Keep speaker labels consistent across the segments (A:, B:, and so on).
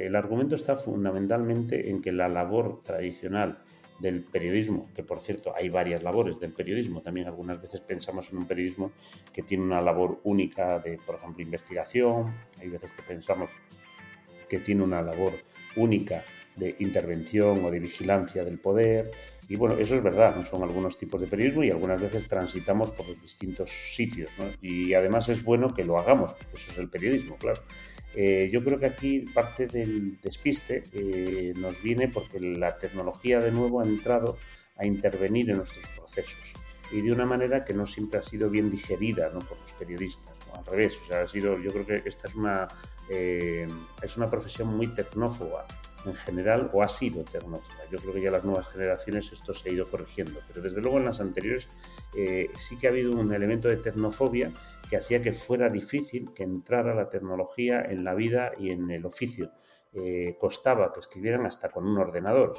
A: el argumento está fundamentalmente en que la labor tradicional del periodismo, que por cierto hay varias labores del periodismo, también algunas veces pensamos en un periodismo que tiene una labor única de, por ejemplo, investigación, hay veces que pensamos que tiene una labor única de intervención o de vigilancia del poder. Y bueno, eso es verdad, no son algunos tipos de periodismo y algunas veces transitamos por los distintos sitios, ¿no? Y además es bueno que lo hagamos, porque eso es el periodismo, claro. Yo creo que aquí parte del despiste nos viene porque la tecnología de nuevo ha entrado a intervenir en nuestros procesos y de una manera que no siempre ha sido bien digerida, ¿no?, por los periodistas, ¿no? Al revés, o sea, yo creo que esta es una profesión muy tecnófoba en general, o ha sido tecnófoba. Yo creo que ya las nuevas generaciones esto se ha ido corrigiendo, pero desde luego en las anteriores sí que ha habido un elemento de tecnofobia que hacía que fuera difícil que entrara la tecnología en la vida y en el oficio. Costaba que escribieran hasta con un ordenador.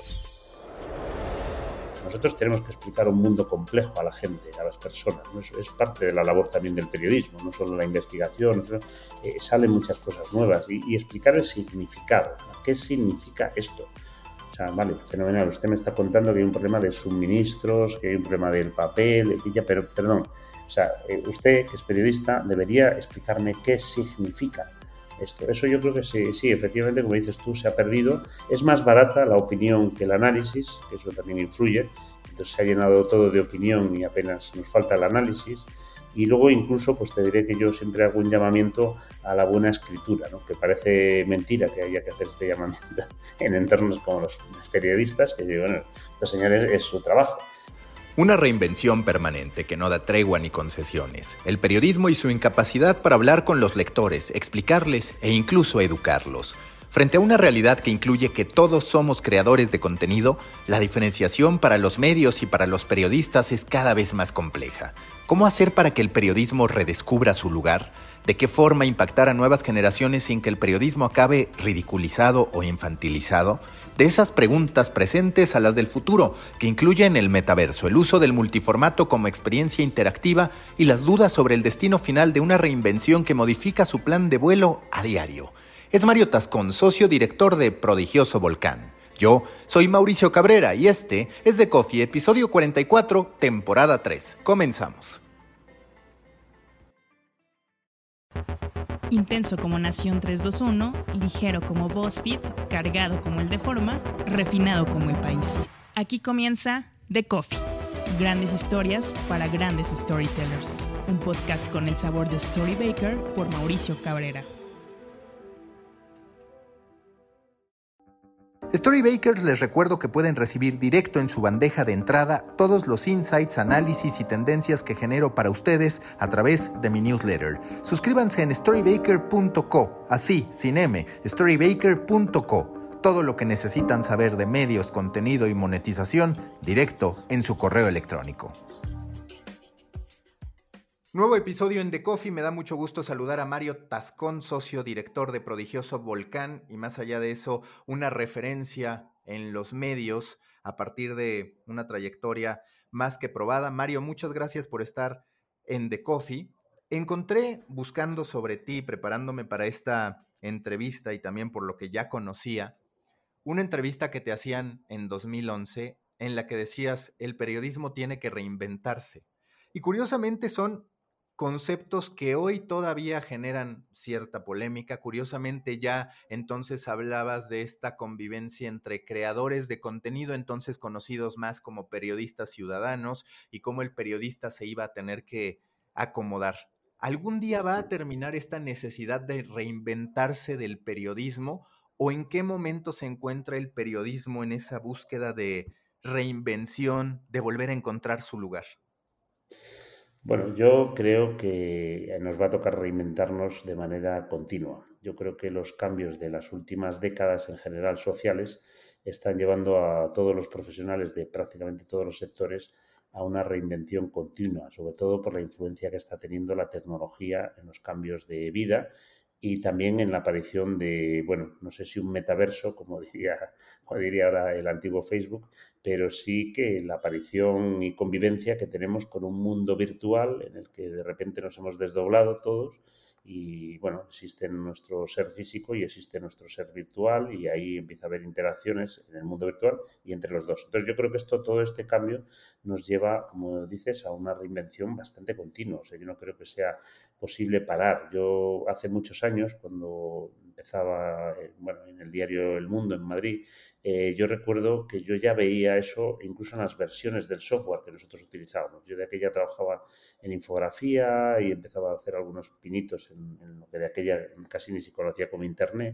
A: Nosotros tenemos que explicar un mundo complejo a la gente, a las personas, ¿no? Eso es parte de la labor también del periodismo, no solo la investigación, salen muchas cosas nuevas y explicar el significado, ¿no? ¿Qué significa esto? O sea, vale, fenomenal, usted me está contando que hay un problema de suministros, que hay un problema del papel, pero perdón, o sea, usted que es periodista debería explicarme qué significa esto. Eso yo creo que sí, efectivamente, como dices tú, se ha perdido. Es más barata la opinión que el análisis, que eso también influye. Entonces se ha llenado todo de opinión y apenas nos falta el análisis. Y luego incluso pues te diré que yo siempre hago un llamamiento a la buena escritura, ¿no? Que parece mentira que haya que hacer este llamamiento en entornos como los periodistas, que bueno, estos señores es su trabajo.
B: Una reinvención permanente que no da tregua ni concesiones. El periodismo y su incapacidad para hablar con los lectores, explicarles e incluso educarlos. Frente a una realidad que incluye que todos somos creadores de contenido, la diferenciación para los medios y para los periodistas es cada vez más compleja. ¿Cómo hacer para que el periodismo redescubra su lugar? ¿De qué forma impactar a nuevas generaciones sin que el periodismo acabe ridiculizado o infantilizado? De esas preguntas presentes a las del futuro, que incluyen el metaverso, el uso del multiformato como experiencia interactiva y las dudas sobre el destino final de una reinvención que modifica su plan de vuelo a diario. Es Mario Tascón, socio director de Prodigioso Volcán. Yo soy Mauricio Cabrera y este es The Coffee, episodio 44, temporada 3. Comenzamos.
C: Intenso como Nación 321, ligero como BuzzFeed, cargado como el Deforma, refinado como El País. Aquí comienza The Coffee. Grandes historias para grandes storytellers. Un podcast con el sabor de Storybaker por Mauricio Cabrera.
B: Storybakers les recuerdo que pueden recibir directo en su bandeja de entrada todos los insights, análisis y tendencias que genero para ustedes a través de mi newsletter. Suscríbanse en storybaker.co, así, sin M, storybaker.co. Todo lo que necesitan saber de medios, contenido y monetización directo en su correo electrónico. Nuevo episodio en The Coffee. Me da mucho gusto saludar a Mario Tascón, socio director de Prodigioso Volcán y más allá de eso, una referencia en los medios a partir de una trayectoria más que probada. Mario, muchas gracias por estar en The Coffee. Encontré, buscando sobre ti, preparándome para esta entrevista y también por lo que ya conocía, una entrevista que te hacían en 2011 en la que decías, el periodismo tiene que reinventarse. Y curiosamente son conceptos que hoy todavía generan cierta polémica. Curiosamente ya entonces hablabas de esta convivencia entre creadores de contenido, entonces conocidos más como periodistas ciudadanos, y cómo el periodista se iba a tener que acomodar. ¿Algún día va a terminar esta necesidad de reinventarse del periodismo? ¿O en qué momento se encuentra el periodismo en esa búsqueda de reinvención, de volver a encontrar su lugar?
A: Bueno, yo creo que nos va a tocar reinventarnos de manera continua. Yo creo que los cambios de las últimas décadas en general sociales están llevando a todos los profesionales de prácticamente todos los sectores a una reinvención continua, sobre todo por la influencia que está teniendo la tecnología en los cambios de vida y también en la aparición de, bueno, no sé si un metaverso, como diría ahora el antiguo Facebook, pero sí que la aparición y convivencia que tenemos con un mundo virtual en el que de repente nos hemos desdoblado todos Y bueno, existe nuestro ser físico y existe nuestro ser virtual, y ahí empieza a haber interacciones en el mundo virtual y entre los dos. Entonces yo creo que todo este cambio nos lleva, como dices, a una reinvención bastante continua. O sea, yo no creo que sea posible parar. Yo hace muchos años, cuando empezaba en el diario El Mundo en Madrid, yo recuerdo que yo ya veía eso incluso en las versiones del software que nosotros utilizábamos. Yo de aquella trabajaba en infografía y empezaba a hacer algunos pinitos en lo que de aquella casi ni se conocía como Internet.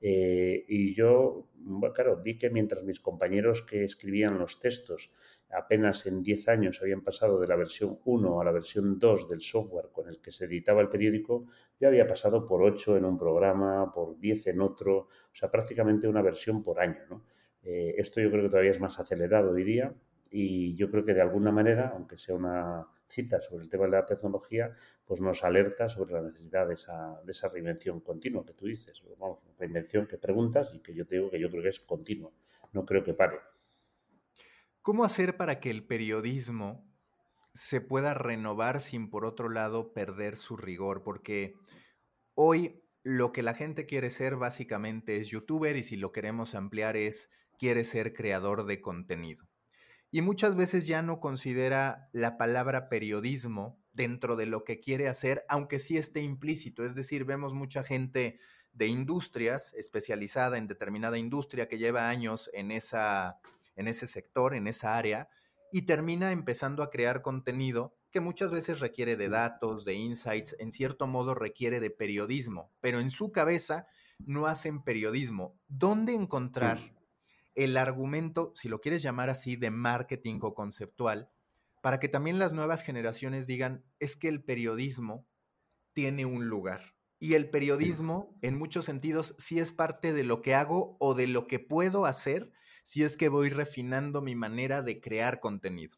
A: Y yo, bueno, claro, vi que mientras mis compañeros que escribían los textos apenas en 10 años habían pasado de la versión 1 a la versión 2 del software con el que se editaba el periódico, yo había pasado por 8 en un programa, por 10 en otro, o sea, prácticamente una versión por año, ¿no? Esto yo creo que todavía es más acelerado hoy día, y yo creo que de alguna manera, aunque sea una cita sobre el tema de la tecnología, pues nos alerta sobre la necesidad de esa reinvención continua que tú dices. Vamos, reinvención que preguntas y que yo te digo que yo creo que es continua, no creo que pare.
B: ¿Cómo hacer para que el periodismo se pueda renovar sin, por otro lado, perder su rigor? Porque hoy lo que la gente quiere ser básicamente es youtuber, y si lo queremos ampliar quiere ser creador de contenido. Y muchas veces ya no considera la palabra periodismo dentro de lo que quiere hacer, aunque sí esté implícito. Es decir, vemos mucha gente de industrias especializada en determinada industria que lleva años en ese sector, en esa área, y termina empezando a crear contenido que muchas veces requiere de datos, de insights, en cierto modo requiere de periodismo, pero en su cabeza no hacen periodismo. ¿Dónde encontrar el argumento, si lo quieres llamar así, de marketing o conceptual, para que también las nuevas generaciones digan, es que el periodismo tiene un lugar? Y el periodismo, en muchos sentidos, sí es parte de lo que hago o de lo que puedo hacer si es que voy refinando mi manera de crear contenido.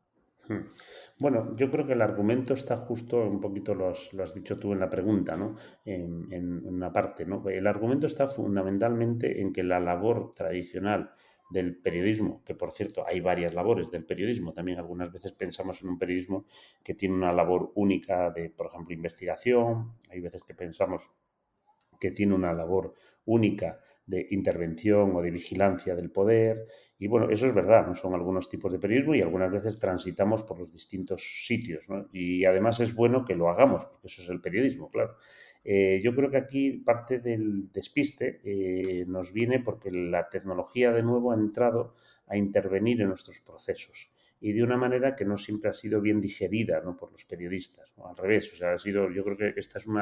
A: Bueno, yo creo que el argumento está justo, un poquito lo has dicho tú en la pregunta, ¿no? En una parte, ¿no? El argumento está fundamentalmente en que la labor tradicional del periodismo, que por cierto hay varias labores del periodismo, también algunas veces pensamos en un periodismo que tiene una labor única de, por ejemplo, investigación, hay veces que pensamos que tiene una labor única de intervención o de vigilancia del poder. Y bueno, eso es verdad, ¿no? Son algunos tipos de periodismo y algunas veces transitamos por los distintos sitios, ¿no? Y además es bueno que lo hagamos, porque eso es el periodismo, claro. Yo creo que aquí parte del despiste nos viene porque la tecnología de nuevo ha entrado a intervenir en nuestros procesos, y de una manera que no siempre ha sido bien digerida, ¿no?, por los periodistas, ¿no? Al revés, o sea, yo creo que esta es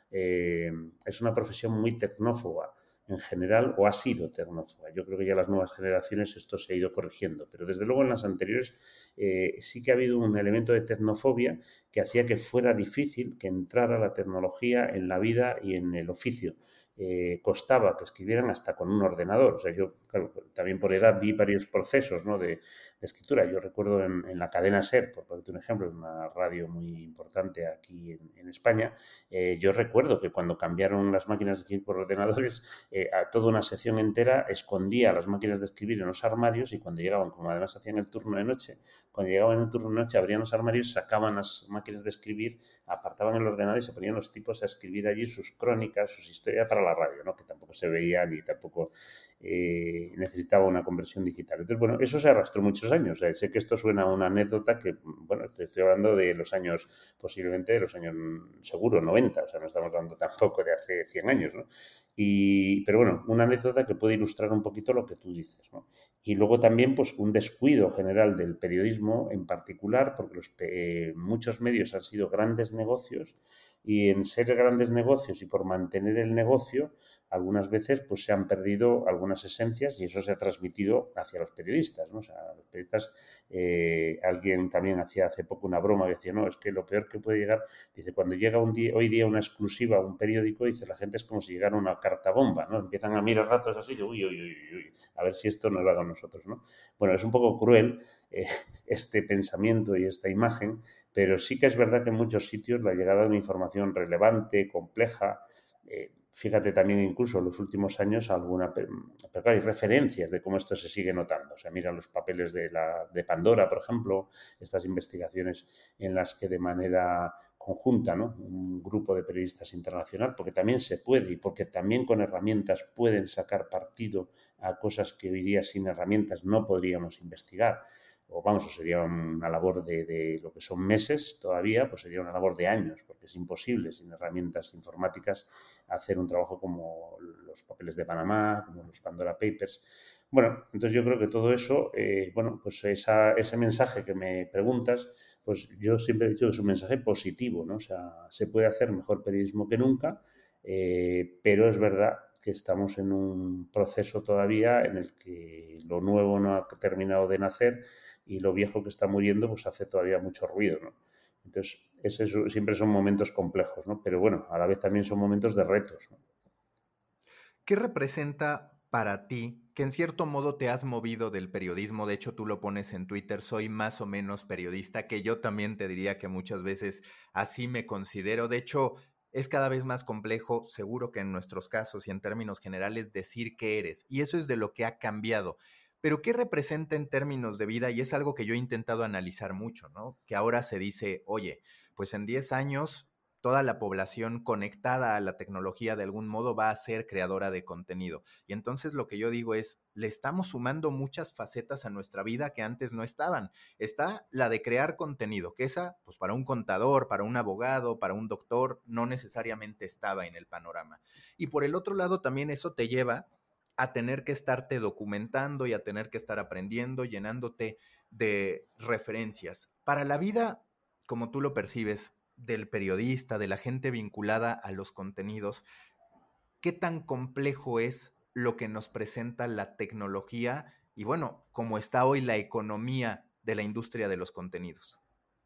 A: una profesión muy tecnófoba en general, o ha sido tecnófoba. Yo creo que ya las nuevas generaciones esto se ha ido corrigiendo, pero desde luego en las anteriores sí que ha habido un elemento de tecnofobia que hacía que fuera difícil que entrara la tecnología en la vida y en el oficio. Costaba que escribieran hasta con un ordenador. O sea, yo, claro, también por edad vi varios procesos, ¿no?, de escritura. Yo recuerdo en la cadena SER, por ponerte un ejemplo, una radio muy importante aquí en España, yo recuerdo que cuando cambiaron las máquinas de escribir por ordenadores, a toda una sección entera escondía las máquinas de escribir en los armarios, y cuando llegaban, como además hacían el turno de noche, cuando llegaban en el turno de noche abrían los armarios, sacaban las máquinas de escribir, apartaban el ordenador y se ponían los tipos a escribir allí sus crónicas, sus historias para la radio, ¿no?, que tampoco se veía ni tampoco necesitaba una conversión digital. Entonces, bueno, eso se arrastró muchos años. Sé que esto suena a una anécdota que, bueno, estoy hablando de los años, posiblemente de los años seguro 90, o sea, no estamos hablando tampoco de hace 100 años, ¿no? Pero bueno, una anécdota que puede ilustrar un poquito lo que tú dices, ¿no? Y luego también, pues, un descuido general del periodismo en particular, porque muchos medios han sido grandes negocios, y en ser grandes negocios y por mantener el negocio, algunas veces pues se han perdido algunas esencias, y eso se ha transmitido hacia los periodistas, ¿no? O sea, los periodistas, alguien también hacía hace poco una broma que decía, no, es que lo peor que puede llegar, dice, cuando llega hoy día una exclusiva a un periódico, dice, la gente es como si llegara una carta bomba, ¿no? Empiezan a mirar ratos así, y uy, a ver si esto nos va con nosotros, ¿no? Bueno, es un poco cruel este pensamiento y esta imagen, pero sí que es verdad que en muchos sitios la llegada de una información relevante, compleja, fíjate también incluso en los últimos años pero claro, hay referencias de cómo esto se sigue notando. O sea, mira los papeles de Pandora, por ejemplo, estas investigaciones en las que de manera conjunta, ¿no? Un grupo de periodistas internacional, porque también se puede y porque también con herramientas pueden sacar partido a cosas que hoy día sin herramientas no podríamos investigar. O vamos, o sería una labor de lo que son meses todavía, pues sería una labor de años, porque es imposible sin herramientas informáticas hacer un trabajo como los papeles de Panamá, como los Pandora Papers. Bueno, entonces yo creo que todo eso, bueno, pues ese mensaje que me preguntas, pues yo siempre he dicho que es un mensaje positivo, ¿no? O sea, se puede hacer mejor periodismo que nunca, pero es verdad que estamos en un proceso todavía en el que lo nuevo no ha terminado de nacer y lo viejo que está muriendo pues hace todavía mucho ruido, ¿no? Entonces, siempre son momentos complejos, ¿no? Pero bueno, a la vez también son momentos de retos, ¿no?
B: ¿Qué representa para ti que en cierto modo te has movido del periodismo? De hecho, tú lo pones en Twitter, soy más o menos periodista, que yo también te diría que muchas veces así me considero. De hecho, es cada vez más complejo, seguro que en nuestros casos y en términos generales, decir qué eres. Y eso es de lo que ha cambiado. Pero ¿qué representa en términos de vida? Y es algo que yo he intentado analizar mucho, ¿no? Que ahora se dice, oye, pues en 10 años toda la población conectada a la tecnología de algún modo va a ser creadora de contenido. Y entonces lo que yo digo es, le estamos sumando muchas facetas a nuestra vida que antes no estaban. Está la de crear contenido, que esa, pues para un contador, para un abogado, para un doctor, no necesariamente estaba en el panorama. Y por el otro lado, también eso te lleva a tener que estarte documentando y a tener que estar aprendiendo, llenándote de referencias. Para la vida, como tú lo percibes, del periodista, de la gente vinculada a los contenidos, ¿qué tan complejo es lo que nos presenta la tecnología y bueno, cómo está hoy la economía de la industria de los contenidos?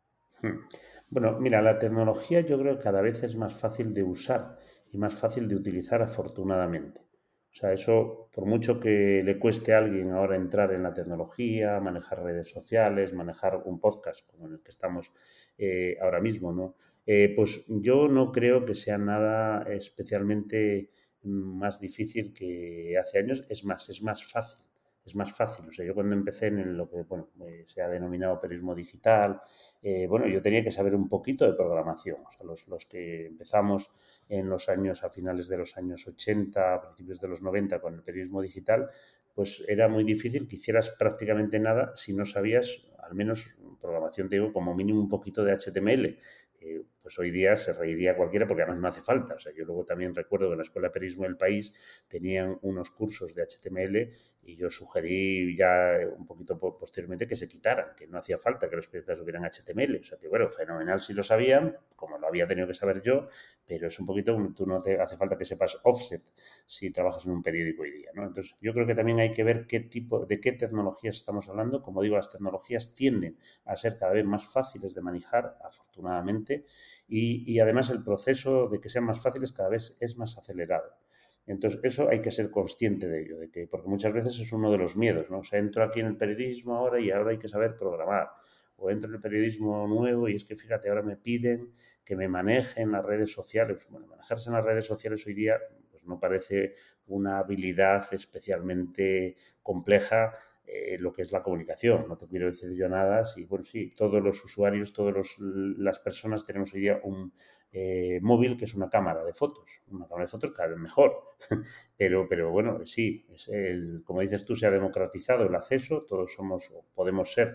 A: Bueno, mira, la tecnología yo creo que cada vez es más fácil de usar y más fácil de utilizar afortunadamente. O sea, eso, por mucho que le cueste a alguien ahora entrar en la tecnología, manejar redes sociales, manejar un podcast como en el que estamos ahora mismo, ¿no? Pues yo no creo que sea nada especialmente más difícil que hace años. Es más fácil. Es más fácil. O sea, yo cuando empecé en lo que bueno, se ha denominado periodismo digital, bueno, yo tenía que saber un poquito de programación. O sea, los que empezamos en los años, a finales de los años 80, a principios de los 90 con el periodismo digital, pues era muy difícil que hicieras prácticamente nada si no sabías, al menos programación, te digo, como mínimo un poquito de HTML, que pues hoy día se reiría cualquiera porque además no hace falta. O sea, yo luego también recuerdo que en la Escuela de Periodismo del País tenían unos cursos de HTML y yo sugerí ya un poquito posteriormente que se quitaran, que no hacía falta que los periodistas supieran HTML. O sea, que bueno, fenomenal si lo sabían, como lo había tenido que saber yo, pero es un poquito, tú no te hace falta que sepas offset si trabajas en un periódico hoy día, ¿no? Entonces, yo creo que también hay que ver de qué tecnologías estamos hablando. Como digo, las tecnologías tienden a ser cada vez más fáciles de manejar, afortunadamente, y además el proceso de que sean más fáciles cada vez es más acelerado. Entonces, eso hay que ser consciente de ello, porque muchas veces es uno de los miedos, ¿no? O sea, entro aquí en el periodismo ahora y ahora hay que saber programar. O entro en el periodismo nuevo y es que, fíjate, ahora me piden que me maneje en las redes sociales. Bueno, manejarse en las redes sociales hoy día pues no parece una habilidad especialmente compleja, lo que es la comunicación. No te quiero decir yo nada. Sí, bueno, sí, todos los usuarios, las personas tenemos hoy día un móvil que es una cámara de fotos. Una cámara de fotos cada vez mejor. pero bueno, sí, como dices tú, se ha democratizado el acceso. Todos somos o podemos ser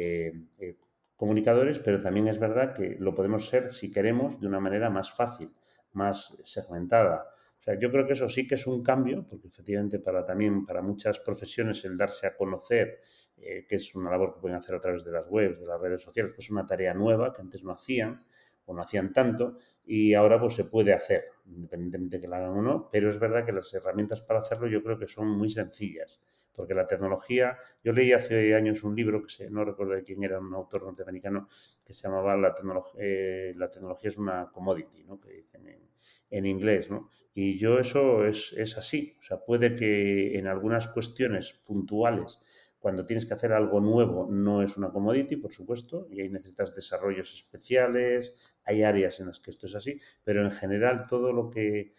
A: comunicadores, pero también es verdad que lo podemos ser si queremos de una manera más fácil, más segmentada. O sea, yo creo que eso sí que es un cambio, porque efectivamente también para muchas profesiones el darse a conocer, que es una labor que pueden hacer a través de las webs, de las redes sociales, pues es una tarea nueva que antes no hacían o no hacían tanto y ahora pues se puede hacer, independientemente de que la hagan o no, pero es verdad que las herramientas para hacerlo yo creo que son muy sencillas, porque la tecnología, yo leí hace años un libro que no recuerdo de quién era, un autor norteamericano, que se llamaba La tecnología es una commodity, ¿no? Que dicen en inglés, ¿no? Y yo eso es así. O sea, puede que en algunas cuestiones puntuales, cuando tienes que hacer algo nuevo, no es una commodity, por supuesto, y ahí necesitas desarrollos especiales, hay áreas en las que esto es así, pero en general todo lo que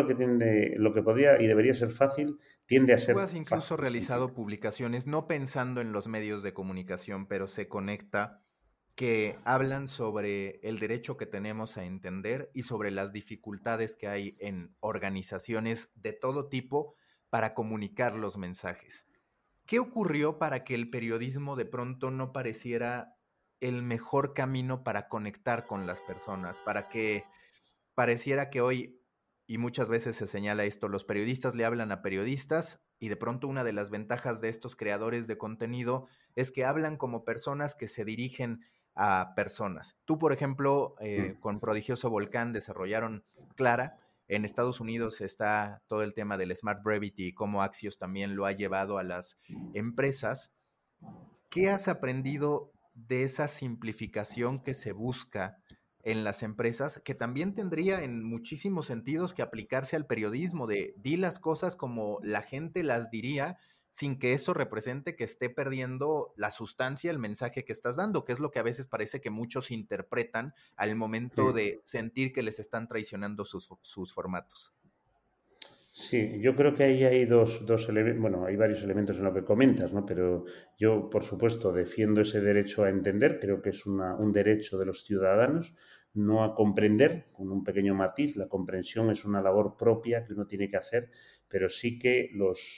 A: podría y debería ser fácil, tiende a ser
B: Tú has incluso
A: fácil,
B: realizado
A: sencillo.
B: publicaciones no pensando en los medios de comunicación, pero se conecta que hablan sobre el derecho que tenemos a entender y sobre las dificultades que hay en organizaciones de todo tipo para comunicar los mensajes. ¿Qué ocurrió para que el periodismo de pronto no pareciera el mejor camino para conectar con las personas? Para que pareciera que hoy, y muchas veces se señala esto, los periodistas le hablan a periodistas y de pronto una de las ventajas de estos creadores de contenido es que hablan como personas que se dirigen a personas. Tú, por ejemplo, con Prodigioso Volcán desarrollaron Clara. En Estados Unidos está todo el tema del Smart Brevity y cómo Axios también lo ha llevado a las empresas. ¿Qué has aprendido de esa simplificación que se busca en las empresas, que también tendría en muchísimos sentidos que aplicarse al periodismo, de di las cosas como la gente las diría, sin que eso represente que esté perdiendo la sustancia, el mensaje que estás dando, que es lo que a veces parece que muchos interpretan al momento de sentir que les están traicionando sus formatos?
A: Sí, yo creo que ahí hay dos elementos, bueno, hay varios elementos en lo que comentas, ¿no? Pero yo, por supuesto, defiendo ese derecho a entender, creo que es un derecho de los ciudadanos, no a comprender, con un pequeño matiz, la comprensión es una labor propia que uno tiene que hacer, pero sí que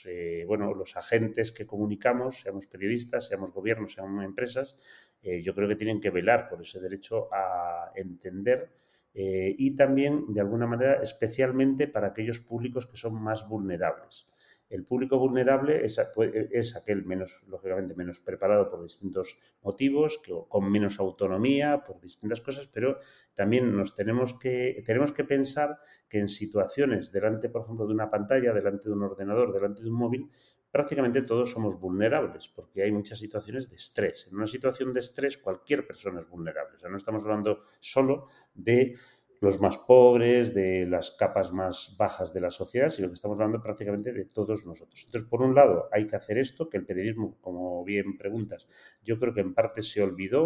A: los agentes que comunicamos, seamos periodistas, seamos gobiernos, seamos empresas, yo creo que tienen que velar por ese derecho a entender y también, de alguna manera, especialmente para aquellos públicos que son más vulnerables. El público vulnerable es aquel lógicamente, menos preparado por distintos motivos, con menos autonomía, por distintas cosas, pero también tenemos que pensar que en situaciones delante, por ejemplo, de una pantalla, delante de un ordenador, delante de un móvil, prácticamente todos somos vulnerables, porque hay muchas situaciones de estrés. En una situación de estrés, cualquier persona es vulnerable. O sea, no estamos hablando solo de los más pobres, de las capas más bajas de la sociedad, sino que estamos hablando prácticamente de todos nosotros. Entonces, por un lado, hay que hacer esto, que el periodismo, como bien preguntas, yo creo que en parte se ha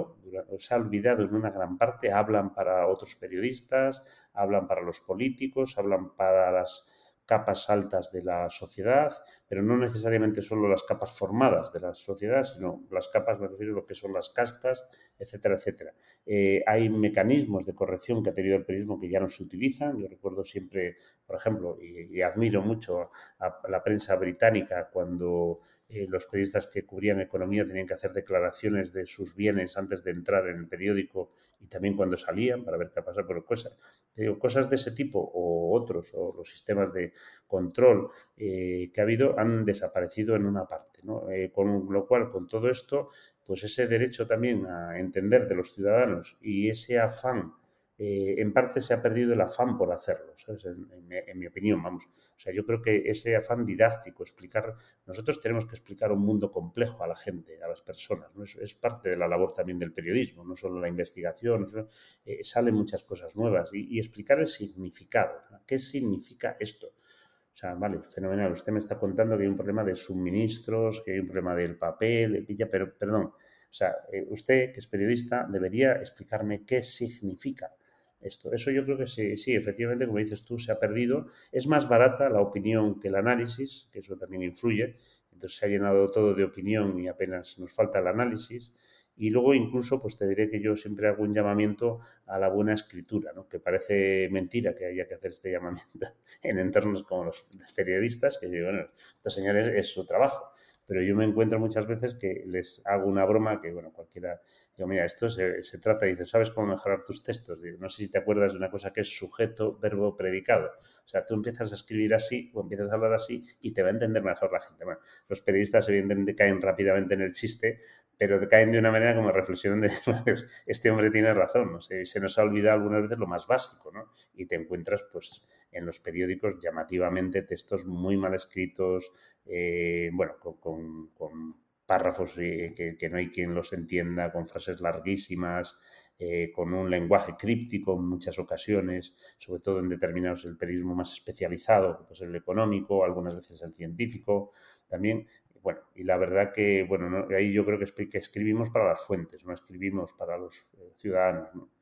A: olvidado en una gran parte, hablan para otros periodistas, hablan para los políticos, hablan para las capas altas de la sociedad, pero no necesariamente solo las capas formadas de la sociedad, sino las capas, me refiero a lo que son las castas, etcétera, etcétera. Hay mecanismos de corrección que ha tenido el periodismo que ya no se utilizan. Yo recuerdo siempre, por ejemplo, y admiro mucho a la prensa británica cuando los periodistas que cubrían economía tenían que hacer declaraciones de sus bienes antes de entrar en el periódico y también cuando salían para ver qué pasaba, pero cosas de ese tipo o otros, o los sistemas de control que ha habido han desaparecido en una parte, ¿no? Con lo cual, con todo esto, pues ese derecho también a entender de los ciudadanos y ese afán, en parte se ha perdido el afán por hacerlo, ¿sabes? En mi opinión, vamos. O sea, yo creo que ese afán didáctico, nosotros tenemos que explicar un mundo complejo a la gente, a las personas, ¿no? Es parte de la labor también del periodismo, no solo la investigación, salen muchas cosas nuevas y explicar el significado, ¿no? ¿Qué significa esto? O sea, vale, fenomenal. Usted me está contando que hay un problema de suministros, que hay un problema del papel, pero perdón. O sea, usted, que es periodista, debería explicarme qué significa esto. Eso yo creo que sí, efectivamente, como dices tú, se ha perdido. Es más barata la opinión que el análisis, que eso también influye. Entonces se ha llenado todo de opinión y apenas nos falta el análisis. Y luego incluso, pues te diré que yo siempre hago un llamamiento a la buena escritura, ¿no? Que parece mentira que haya que hacer este llamamiento en entornos como los periodistas, que bueno, estos señores es su trabajo. Pero yo me encuentro muchas veces que les hago una broma que, bueno, cualquiera, digo, mira, esto se trata, y dice, ¿sabes cómo mejorar tus textos? Digo, no sé si te acuerdas de una cosa que es sujeto, verbo, predicado. O sea, tú empiezas a escribir así o empiezas a hablar así y te va a entender mejor la gente. Bueno, los periodistas evidentemente caen rápidamente en el chiste, pero caen de una manera como reflexionan de, este hombre tiene razón, ¿no? Se nos ha olvidado algunas veces lo más básico, ¿no? Y te encuentras, pues, en los periódicos llamativamente textos muy mal escritos, bueno, con párrafos que no hay quien los entienda, con frases larguísimas, con un lenguaje críptico en muchas ocasiones, sobre todo en determinados el periodismo más especializado, pues el económico, algunas veces el científico, también. Bueno, y la verdad que, bueno, ¿no? Ahí yo creo que escribimos para las fuentes, no escribimos para los ciudadanos, ¿no?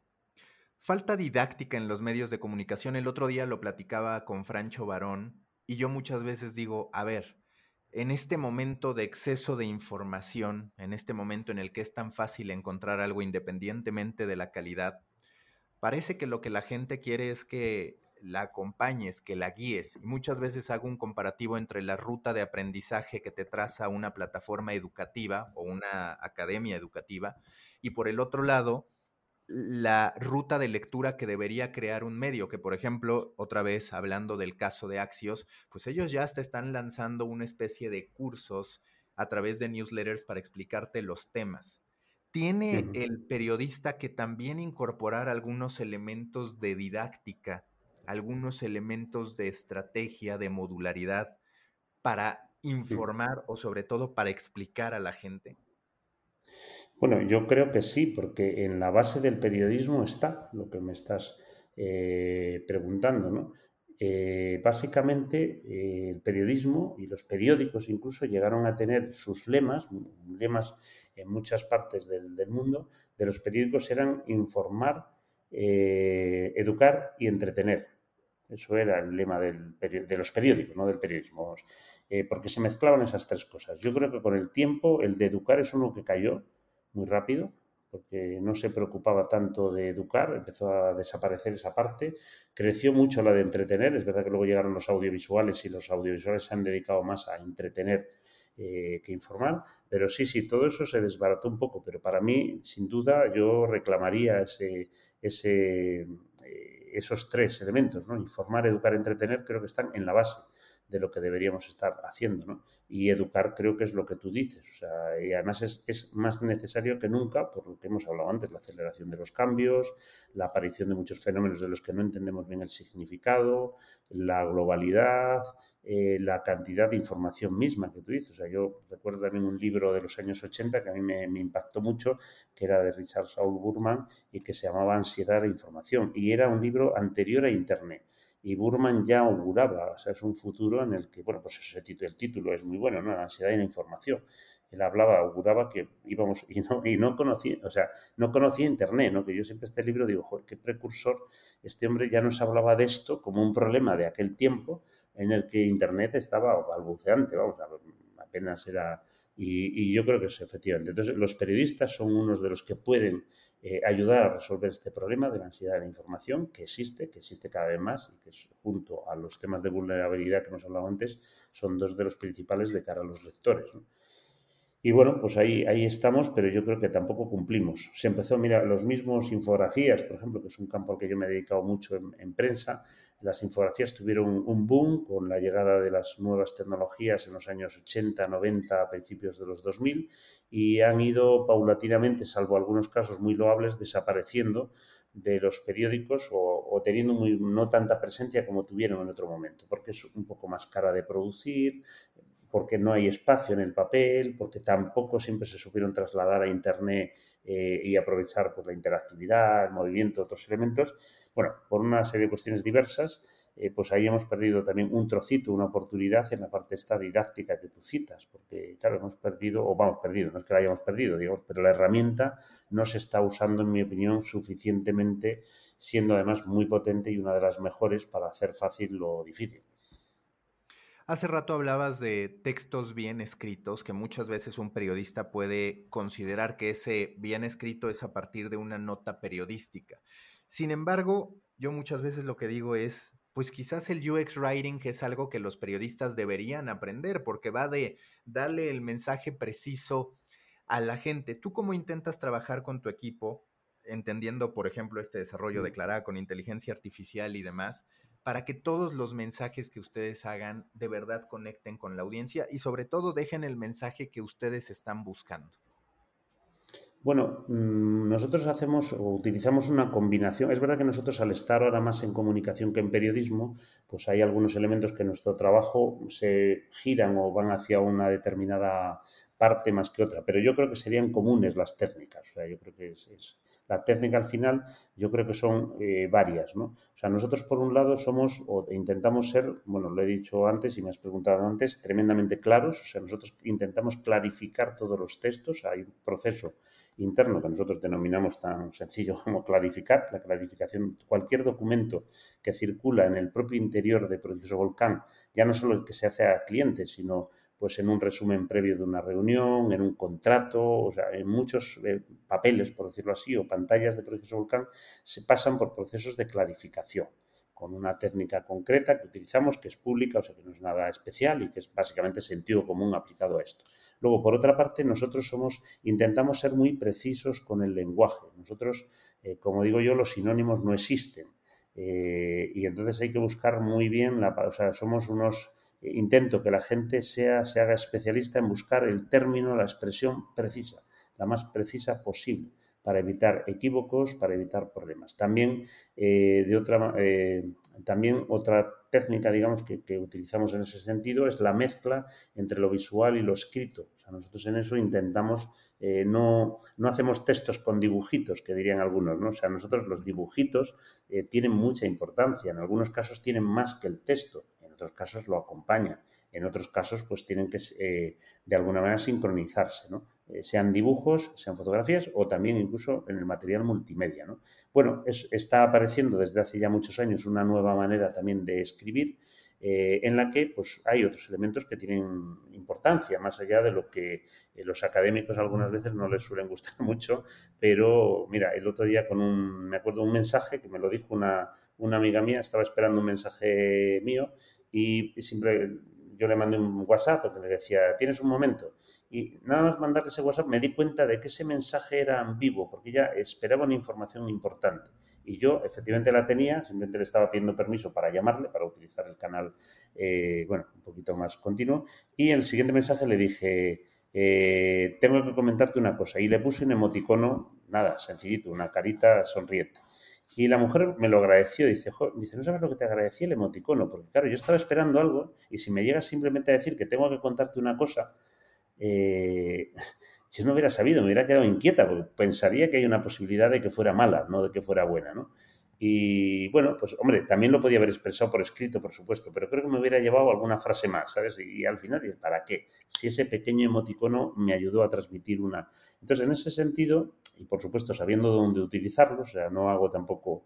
B: Falta didáctica en los medios de comunicación. El otro día lo platicaba con Francho Barón y yo muchas veces digo, a ver, en este momento de exceso de información, en este momento en el que es tan fácil encontrar algo independientemente de la calidad, parece que lo que la gente quiere es que la acompañes, que la guíes. Y muchas veces hago un comparativo entre la ruta de aprendizaje que te traza una plataforma educativa o una academia educativa y por el otro lado, la ruta de lectura que debería crear un medio, que por ejemplo, otra vez hablando del caso de Axios, pues ellos ya hasta están lanzando una especie de cursos a través de newsletters para explicarte los temas. ¿Tiene
A: Ujú.
B: el periodista que también incorporar algunos elementos de didáctica, algunos elementos de estrategia, de modularidad para
A: Ujú.
B: informar o sobre todo para explicar a la gente?
A: Bueno, yo creo que sí, porque en la base del periodismo está lo que me estás preguntando, ¿no? Básicamente, el periodismo y los periódicos incluso llegaron a tener sus lemas en muchas partes del mundo, de los periódicos eran informar, educar y entretener. Eso era el lema de los periódicos, no del periodismo, porque se mezclaban esas tres cosas. Yo creo que con el tiempo el de educar es uno que cayó muy rápido, porque no se preocupaba tanto de educar, empezó a desaparecer esa parte, creció mucho la de entretener, es verdad que luego llegaron los audiovisuales y los audiovisuales se han dedicado más a entretener que informar, pero sí, todo eso se desbarató un poco, pero para mí, sin duda, yo reclamaría esos tres elementos, ¿no? Informar, educar, entretener, creo que están en la base de lo que deberíamos estar haciendo, ¿no? Y educar creo que es lo que tú dices, o sea, y además es más necesario que nunca, por lo que hemos hablado antes, la aceleración de los cambios, la aparición de muchos fenómenos de los que no entendemos bien el significado, la globalidad, la cantidad de información misma que tú dices. O sea, yo recuerdo también un libro de los años 80 que a mí me impactó mucho, que era de Richard Saul Burman y que se llamaba Ansiedad de la información, y era un libro anterior a Internet. Y Burman ya auguraba, o sea, es un futuro en el que, bueno, pues el título es muy bueno, ¿no? La ansiedad y la información. Él auguraba que íbamos, y no conocía, o sea, no conocía Internet, ¿no? Que yo siempre este libro digo, joder, qué precursor, este hombre ya nos hablaba de esto como un problema de aquel tiempo en el que Internet estaba balbuceante, vamos, apenas era... Y yo creo que es efectivamente. Entonces, los periodistas son unos de los que pueden ayudar a resolver este problema de la ansiedad de la información que existe cada vez más y que junto a los temas de vulnerabilidad que hemos hablado antes son dos de los principales de cara a los lectores, ¿no? Y bueno, pues ahí estamos, pero yo creo que tampoco cumplimos. Se empezó, mira, los mismos infografías, por ejemplo, que es un campo al que yo me he dedicado mucho en prensa, las infografías tuvieron un boom con la llegada de las nuevas tecnologías en los años 80, 90, a principios de los 2000 y han ido paulatinamente, salvo algunos casos muy loables, desapareciendo de los periódicos o teniendo no tanta presencia como tuvieron en otro momento, porque es un poco más cara de producir, porque no hay espacio en el papel, porque tampoco siempre se supieron trasladar a Internet y aprovechar pues, la interactividad, el movimiento, otros elementos. Bueno, por una serie de cuestiones diversas, pues ahí hemos perdido también un trocito, una oportunidad en la parte esta didáctica que tú citas, porque claro, hemos perdido, o vamos perdido, no es que la hayamos perdido, digamos, pero la herramienta no se está usando, en mi opinión, suficientemente, siendo además muy potente y una de las mejores para hacer fácil lo difícil.
B: Hace rato hablabas de textos bien escritos, que muchas veces un periodista puede considerar que ese bien escrito es a partir de una nota periodística. Sin embargo, yo muchas veces lo que digo es, pues quizás el UX writing es algo que los periodistas deberían aprender, porque va de darle el mensaje preciso a la gente. ¿Tú cómo intentas trabajar con tu equipo, entendiendo, por ejemplo, este desarrollo de Clara con inteligencia artificial y demás, para que todos los mensajes que ustedes hagan de verdad conecten con la audiencia y sobre todo dejen el mensaje que ustedes están buscando?
A: Bueno, nosotros hacemos o utilizamos una combinación. Es verdad que nosotros al estar ahora más en comunicación que en periodismo, pues hay algunos elementos que en nuestro trabajo se giran o van hacia una determinada parte más que otra, pero yo creo que serían comunes las técnicas. O sea, yo creo que la técnica al final, yo creo que son varias, ¿no? O sea, nosotros por un lado somos o intentamos ser, bueno, lo he dicho antes y me has preguntado antes, tremendamente claros. O sea, nosotros intentamos clarificar todos los textos. Hay un proceso interno que nosotros denominamos tan sencillo como clarificar, la clarificación, cualquier documento que circula en el propio interior de Prodigioso Volcán, ya no solo el que se hace a clientes, sino pues en un resumen previo de una reunión, en un contrato, o sea, en muchos papeles, por decirlo así, o pantallas de Prodigioso Volcán, se pasan por procesos de clarificación con una técnica concreta que utilizamos, que es pública, o sea que no es nada especial y que es básicamente sentido común aplicado a esto. Luego, por otra parte, nosotros intentamos ser muy precisos con el lenguaje. Nosotros, como digo yo, los sinónimos no existen. Y entonces hay que buscar muy bien, intento que la gente se haga especialista en buscar el término, la expresión precisa, la más precisa posible, para evitar equívocos, para evitar problemas. También, también otra técnica, digamos, que utilizamos en ese sentido es la mezcla entre lo visual y lo escrito. O sea, nosotros en eso intentamos, no hacemos textos con dibujitos, que dirían algunos, ¿no? O sea, nosotros los dibujitos tienen mucha importancia. En algunos casos tienen más que el texto, en otros casos lo acompañan. En otros casos, pues tienen que, de alguna manera, sincronizarse, ¿no? Sean dibujos, sean fotografías o también incluso en el material multimedia, ¿no? Bueno, está apareciendo desde hace ya muchos años una nueva manera también de escribir en la que pues, hay otros elementos que tienen importancia, más allá de lo que los académicos algunas veces no les suelen gustar mucho, pero mira, el otro día me acuerdo un mensaje que me lo dijo una amiga mía, estaba esperando un mensaje mío y yo le mandé un WhatsApp porque le decía, ¿tienes un momento? Y nada más mandarle ese WhatsApp me di cuenta de que ese mensaje era ambiguo porque ella esperaba una información importante y yo efectivamente la tenía, simplemente le estaba pidiendo permiso para llamarle, para utilizar el canal, un poquito más continuo, y el siguiente mensaje le dije, tengo que comentarte una cosa, y le puse un emoticono, nada, sencillito, una carita sonriente. Y la mujer me lo agradeció, dice, no sabes lo que te agradecí el emoticono, porque claro, yo estaba esperando algo y si me llegas simplemente a decir que tengo que contarte una cosa, si no hubiera sabido, me hubiera quedado inquieta, porque pensaría que hay una posibilidad de que fuera mala, no de que fuera buena, ¿no? Y bueno, pues hombre, también lo podía haber expresado por escrito, por supuesto, pero creo que me hubiera llevado alguna frase más, ¿sabes? Y al final, ¿para qué? Si ese pequeño emoticono me ayudó a transmitir una... Entonces, en ese sentido, y por supuesto sabiendo dónde utilizarlo, o sea, no hago tampoco...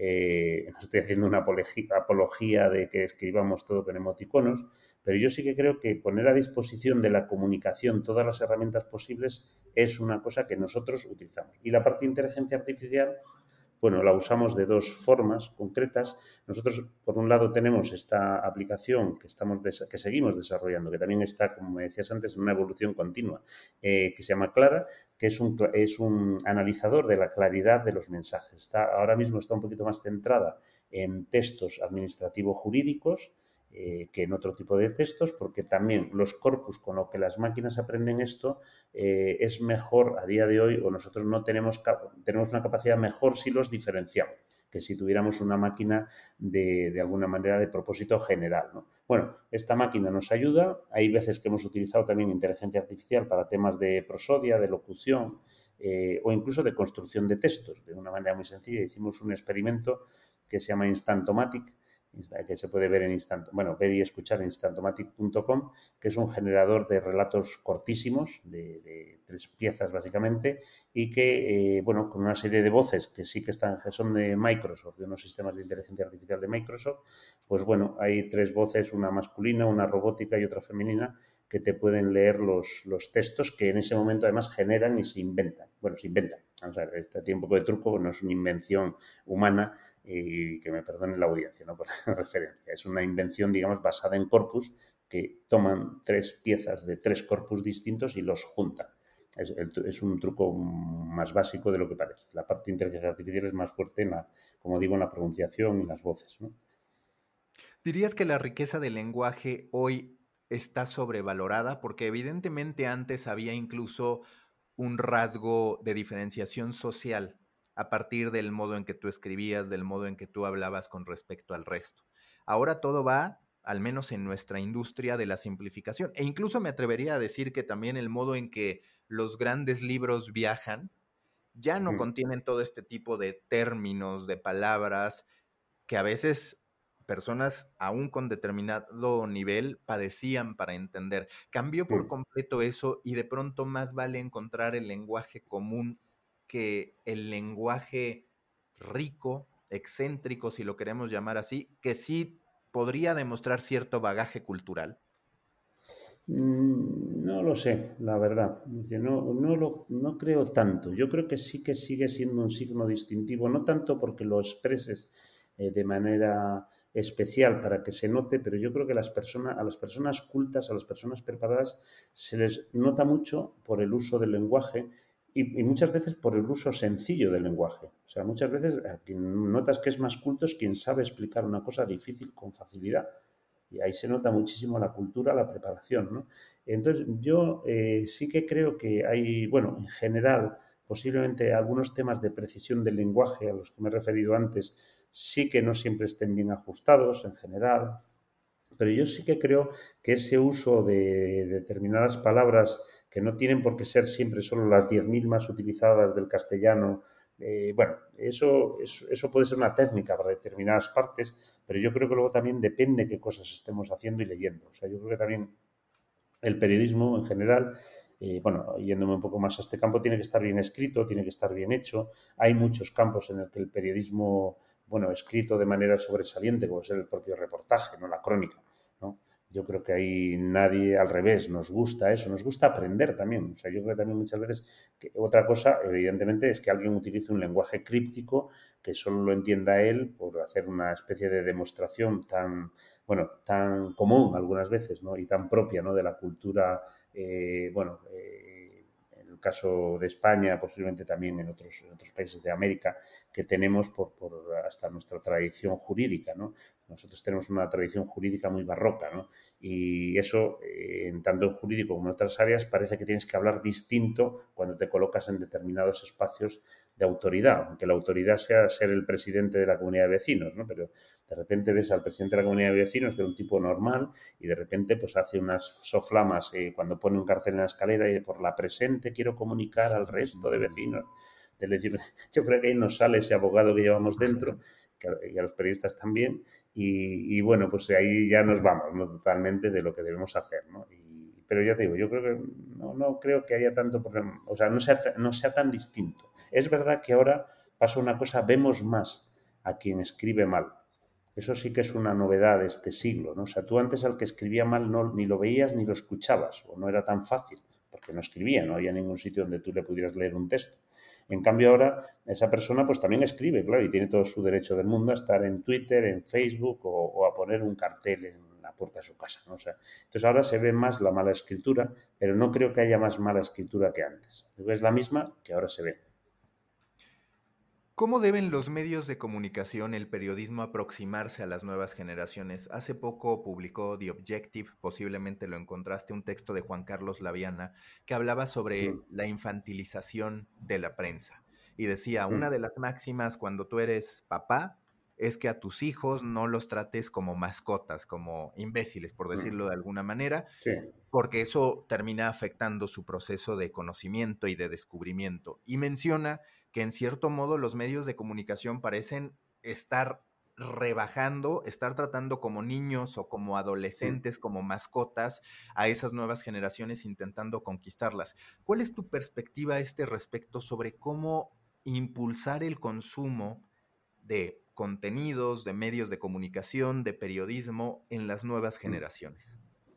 A: no estoy haciendo una apología de que escribamos todo con emoticonos, pero yo sí que creo que poner a disposición de la comunicación todas las herramientas posibles es una cosa que nosotros utilizamos. Y la parte de inteligencia artificial, bueno, la usamos de dos formas concretas. Nosotros, por un lado, tenemos esta aplicación que seguimos desarrollando, que también está, como me decías antes, en una evolución continua, que se llama Clara, que es un analizador de la claridad de los mensajes. Ahora mismo está un poquito más centrada en textos administrativos jurídicos, que en otro tipo de textos, porque también los corpus con los que las máquinas aprenden esto es mejor a día de hoy, o nosotros no tenemos una capacidad mejor si los diferenciamos, que si tuviéramos una máquina de alguna manera de propósito general, ¿no? Bueno, esta máquina nos ayuda. Hay veces que hemos utilizado también inteligencia artificial para temas de prosodia, de locución, o incluso de construcción de textos. De una manera muy sencilla hicimos un experimento que se llama Instantomatic, que se puede ver ver y escuchar en instantomatic.com, que es un generador de relatos cortísimos, de 3 piezas básicamente, y que, con una serie de voces que sí que son de Microsoft, de unos sistemas de inteligencia artificial de Microsoft, pues bueno, hay 3 voces, una masculina, una robótica y otra femenina, que te pueden leer los textos que en ese momento además generan y se inventan. Bueno, se inventan. Vamos a ver, este tiene un poco de truco, no es una invención humana, y que me perdone la audiencia, ¿no? Por la referencia. Es una invención, digamos, basada en corpus, que toman 3 piezas de 3 corpus distintos y los juntan. Es un truco más básico de lo que parece. La parte de inteligencia artificial es más fuerte como digo, en la pronunciación y las voces, ¿no?
B: ¿Dirías que la riqueza del lenguaje hoy está sobrevalorada? Porque evidentemente antes había incluso un rasgo de diferenciación social a partir del modo en que tú escribías, del modo en que tú hablabas con respecto al resto. Ahora todo va, al menos en nuestra industria, de la simplificación. E incluso me atrevería a decir que también el modo en que los grandes libros viajan ya no contienen todo este tipo de términos, de palabras que a veces personas aún con determinado nivel padecían para entender. Cambió por completo eso y de pronto más vale encontrar el lenguaje común que el lenguaje rico, excéntrico, si lo queremos llamar así, que sí podría demostrar cierto bagaje cultural.
A: No lo sé, la verdad. No creo tanto. Yo creo que sí que sigue siendo un signo distintivo, no tanto porque lo expreses de manera especial para que se note, pero yo creo que a las personas cultas, a las personas preparadas, se les nota mucho por el uso del lenguaje y muchas veces por el uso sencillo del lenguaje. O sea, muchas veces a quien notas que es más culto es quien sabe explicar una cosa difícil con facilidad. Y ahí se nota muchísimo la cultura, la preparación, ¿no? Entonces, yo sí que creo que hay, bueno, en general, posiblemente algunos temas de precisión del lenguaje a los que me he referido antes, sí que no siempre estén bien ajustados en general, pero yo sí que creo que ese uso de determinadas palabras que no tienen por qué ser siempre solo las 10.000 más utilizadas del castellano, bueno, eso puede ser una técnica para determinadas partes, pero yo creo que luego también depende qué cosas estemos haciendo y leyendo. O sea, yo creo que también el periodismo en general, bueno, yéndome un poco más a este campo, tiene que estar bien escrito, tiene que estar bien hecho. Hay muchos campos en el que el periodismo, bueno, escrito de manera sobresaliente, como es el propio reportaje, no la crónica, ¿no? Yo creo que ahí nadie, al revés, nos gusta eso, nos gusta aprender también. O sea, yo creo que también muchas veces, que otra cosa, evidentemente, es que alguien utilice un lenguaje críptico que solo lo entienda él por hacer una especie de demostración tan, bueno, tan común algunas veces, ¿no? Y tan propia, ¿no? De la cultura, bueno, en el caso de España, posiblemente también en otros países de América, que tenemos por hasta nuestra tradición jurídica, ¿no? Nosotros tenemos una tradición jurídica muy barroca, ¿no? Y eso, en tanto en jurídico como en otras áreas, parece que tienes que hablar distinto cuando te colocas en determinados espacios de autoridad, aunque la autoridad sea ser el presidente de la comunidad de vecinos, ¿no? Pero de repente ves al presidente de la comunidad de vecinos, que es un tipo normal, y de repente pues hace unas soflamas cuando pone un cartel en la escalera y por la presente quiero comunicar al resto de vecinos. Es decir, yo creo que ahí nos sale ese abogado que llevamos dentro, y a los periodistas también, y bueno, pues ahí ya nos vamos, ¿no? Totalmente de lo que debemos hacer, ¿no? Pero ya te digo, yo creo que no creo que haya tanto problema, o sea, no sea tan distinto. Es verdad que ahora pasa una cosa, vemos más a quien escribe mal. Eso sí que es una novedad de este siglo, ¿no? O sea, tú antes al que escribía mal no, ni lo veías ni lo escuchabas, o no era tan fácil, porque no escribía, no había ningún sitio donde tú le pudieras leer un texto. En cambio ahora esa persona pues también escribe, claro, y tiene todo su derecho del mundo a estar en Twitter, en Facebook o a poner un cartel en la puerta de su casa, ¿no? O sea, entonces ahora se ve más la mala escritura, pero no creo que haya más mala escritura que antes. Creo que es la misma que ahora se ve.
B: ¿Cómo deben los medios de comunicación, el periodismo, aproximarse a las nuevas generaciones? Hace poco publicó The Objective, posiblemente lo encontraste, un texto de Juan Carlos Laviana que hablaba sobre
A: Mm,
B: la infantilización de la prensa. Y decía, una
A: mm,
B: de las máximas cuando tú eres papá es que a tus hijos no los trates como mascotas, como imbéciles, por decirlo de
A: mm.
B: alguna manera,
A: Sí.
B: porque eso termina afectando su proceso de conocimiento y de descubrimiento. Y menciona que en cierto modo los medios de comunicación parecen estar rebajando, estar tratando como niños o como
A: Mm.
B: adolescentes, como mascotas a esas nuevas generaciones intentando conquistarlas. ¿Cuál es tu perspectiva a este respecto sobre cómo impulsar el consumo de contenidos, de medios de comunicación, de periodismo en las nuevas
A: Mm.
B: generaciones?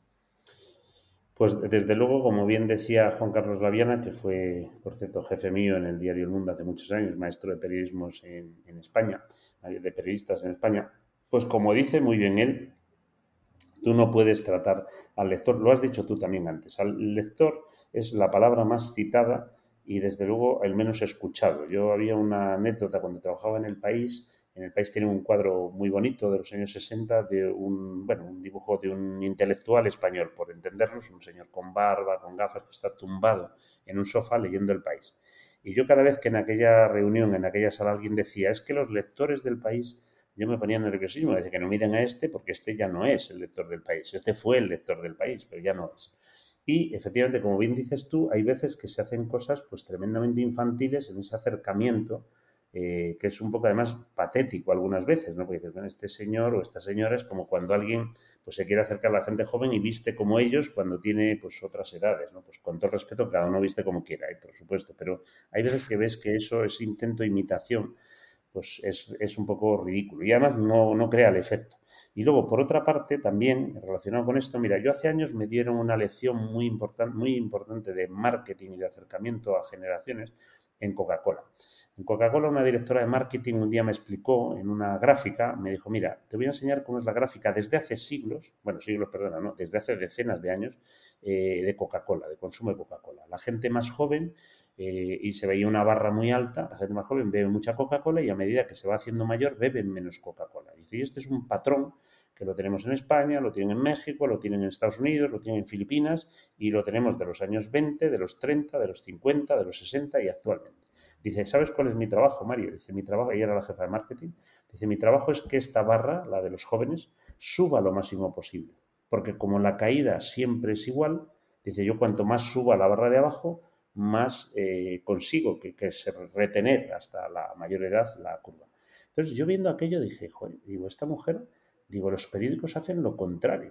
A: Pues desde luego, como bien decía Juan Carlos Laviana, que fue, por cierto, jefe mío en el diario El Mundo hace muchos años, maestro de periodismos en España, de periodistas en España, pues como dice muy bien él, tú no puedes tratar al lector, lo has dicho tú también antes, al lector es la palabra más citada y desde luego el menos escuchado. Yo había una anécdota cuando trabajaba en el país tiene un cuadro muy bonito de los años 60 de un dibujo de un intelectual español, por entendernos, un señor con barba, con gafas, que está tumbado en un sofá leyendo El País. Y yo cada vez que en aquella reunión, en aquella sala alguien decía, es que los lectores del país, yo me ponía nerviosísimo, decía que no miren a este porque este ya no es el lector del país, este fue el lector del país, pero ya no es. Y efectivamente, como bien dices tú, hay veces que se hacen cosas pues tremendamente infantiles en ese acercamiento, que es un poco además patético algunas veces, ¿no? Porque dices, bueno, este señor o esta señora es como cuando alguien pues se quiere acercar a la gente joven y viste como ellos cuando tiene pues otras edades, ¿no? Pues con todo respeto, cada uno viste como quiera, por supuesto, pero hay veces que ves que eso es intento de imitación pues es un poco ridículo y además no crea el efecto. Y luego, por otra parte, también relacionado con esto, mira, yo hace años me dieron una lección muy importante de marketing y de acercamiento a generaciones en Coca-Cola. En Coca-Cola, una directora de marketing un día me explicó en una gráfica, me dijo, mira, te voy a enseñar cómo es la gráfica desde hace desde hace decenas de años de Coca-Cola, de consumo de Coca-Cola. La gente más joven, y se veía una barra muy alta, la gente más joven bebe mucha Coca-Cola y a medida que se va haciendo mayor beben menos Coca-Cola. Y este es un patrón que lo tenemos en España, lo tienen en México, lo tienen en Estados Unidos, lo tienen en Filipinas y lo tenemos de los años 20, de los 30, de los 50, de los 60 y actualmente. Dice, ¿sabes cuál es mi trabajo, Mario? Dice, mi trabajo, ella era la jefa de marketing, dice, mi trabajo es que esta barra, la de los jóvenes, suba lo máximo posible. Porque como la caída siempre es igual, dice, yo cuanto más suba la barra de abajo, más consigo que se retener hasta la mayor edad la curva. Entonces, yo viendo aquello dije, joder, digo, esta mujer, digo, los periódicos hacen lo contrario.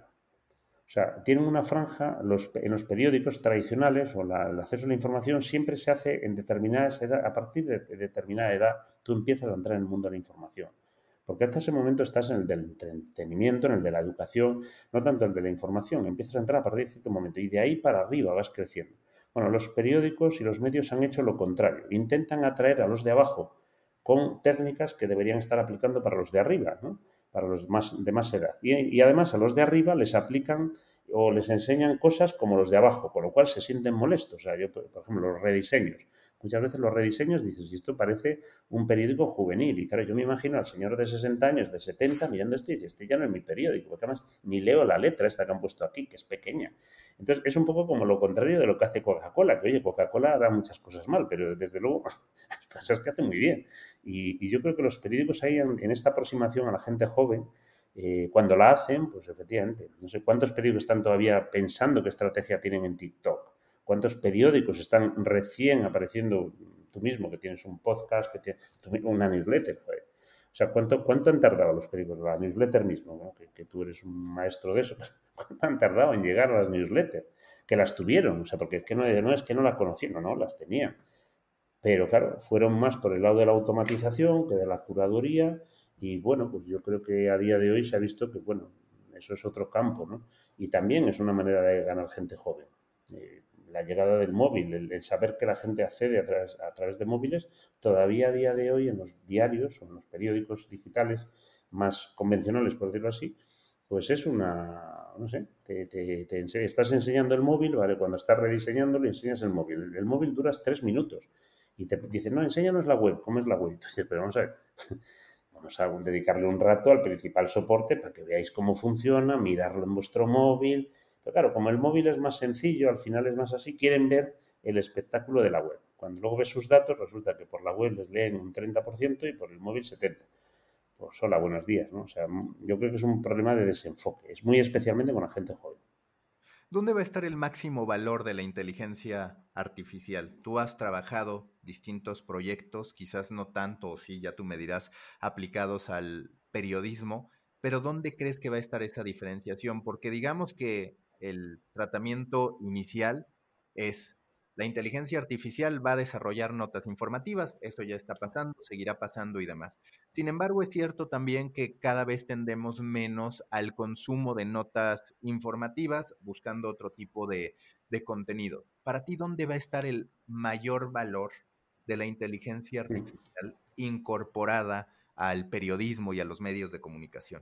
A: O sea, tienen una franja, en los periódicos tradicionales o el acceso a la información siempre se hace en determinadas edades, a partir de determinada edad tú empiezas a entrar en el mundo de la información. Porque hasta ese momento estás en el del entretenimiento, en el de la educación, no tanto el de la información. Empiezas a entrar a partir de cierto momento y de ahí para arriba vas creciendo. Bueno, los periódicos y los medios han hecho lo contrario. Intentan atraer a los de abajo con técnicas que deberían estar aplicando para los de arriba, ¿no? Para los de más edad. Y además a los de arriba les aplican o les enseñan cosas como los de abajo, con lo cual se sienten molestos. O sea, yo, por ejemplo, los rediseños. Muchas veces los rediseños dices, y esto parece un periódico juvenil. Y claro, yo me imagino al señor de 60 años, de 70, mirando esto y dice, este ya no es mi periódico, porque además ni leo la letra esta que han puesto aquí, que es pequeña. Entonces, es un poco como lo contrario de lo que hace Coca-Cola, que oye, Coca-Cola hará muchas cosas mal, pero desde luego las cosas que hace muy bien. Y yo creo que los periódicos ahí en esta aproximación a la gente joven, cuando la hacen, pues efectivamente, no sé cuántos periódicos están todavía pensando qué estrategia tienen en TikTok, cuántos periódicos están recién apareciendo, tú mismo que tienes un podcast, que tienes una newsletter, joder. O sea, ¿cuánto han tardado los periódicos? La newsletter mismo, ¿no? que tú eres un maestro de eso. ¿Cuánto han tardado en llegar a las newsletters? Que las tuvieron, o sea, porque es que no es que no las conocían, no, las tenían. Pero claro, fueron más por el lado de la automatización que de la curaduría y bueno, pues yo creo que a día de hoy se ha visto que, bueno, eso es otro campo, ¿no? Y también es una manera de ganar gente joven. La llegada del móvil, el saber que la gente accede a través de móviles, todavía a día de hoy en los diarios o en los periódicos digitales más convencionales, por decirlo así, pues es una, no sé, estás enseñando el móvil, ¿vale? Cuando estás rediseñándolo, enseñas el móvil. El móvil duras 3 minutos y te dicen, no, enséñanos la web, ¿cómo es la web? Y tú dices, pero vamos a ver, vamos a dedicarle un rato al principal soporte para que veáis cómo funciona, mirarlo en vuestro móvil. Pero claro, como el móvil es más sencillo, al final es más así, quieren ver el espectáculo de la web. Cuando luego ves sus datos, resulta que por la web les leen un 30% y por el móvil 70%. Pues hola, buenos días, ¿no? O sea, yo creo que es un problema de desenfoque. Es muy especialmente con la gente joven.
B: ¿Dónde va a estar el máximo valor de la inteligencia artificial? Tú has trabajado distintos proyectos, quizás no tanto, o sí, ya tú me dirás, aplicados al periodismo, pero ¿dónde crees que va a estar esa diferenciación? Porque digamos que el tratamiento inicial es la inteligencia artificial va a desarrollar notas informativas, eso ya está pasando, seguirá pasando y demás. Sin embargo, es cierto también que cada vez tendemos menos al consumo de notas informativas, buscando otro tipo de contenido. Para ti, ¿dónde va a estar el mayor valor de la inteligencia artificial incorporada al periodismo y a los medios de comunicación?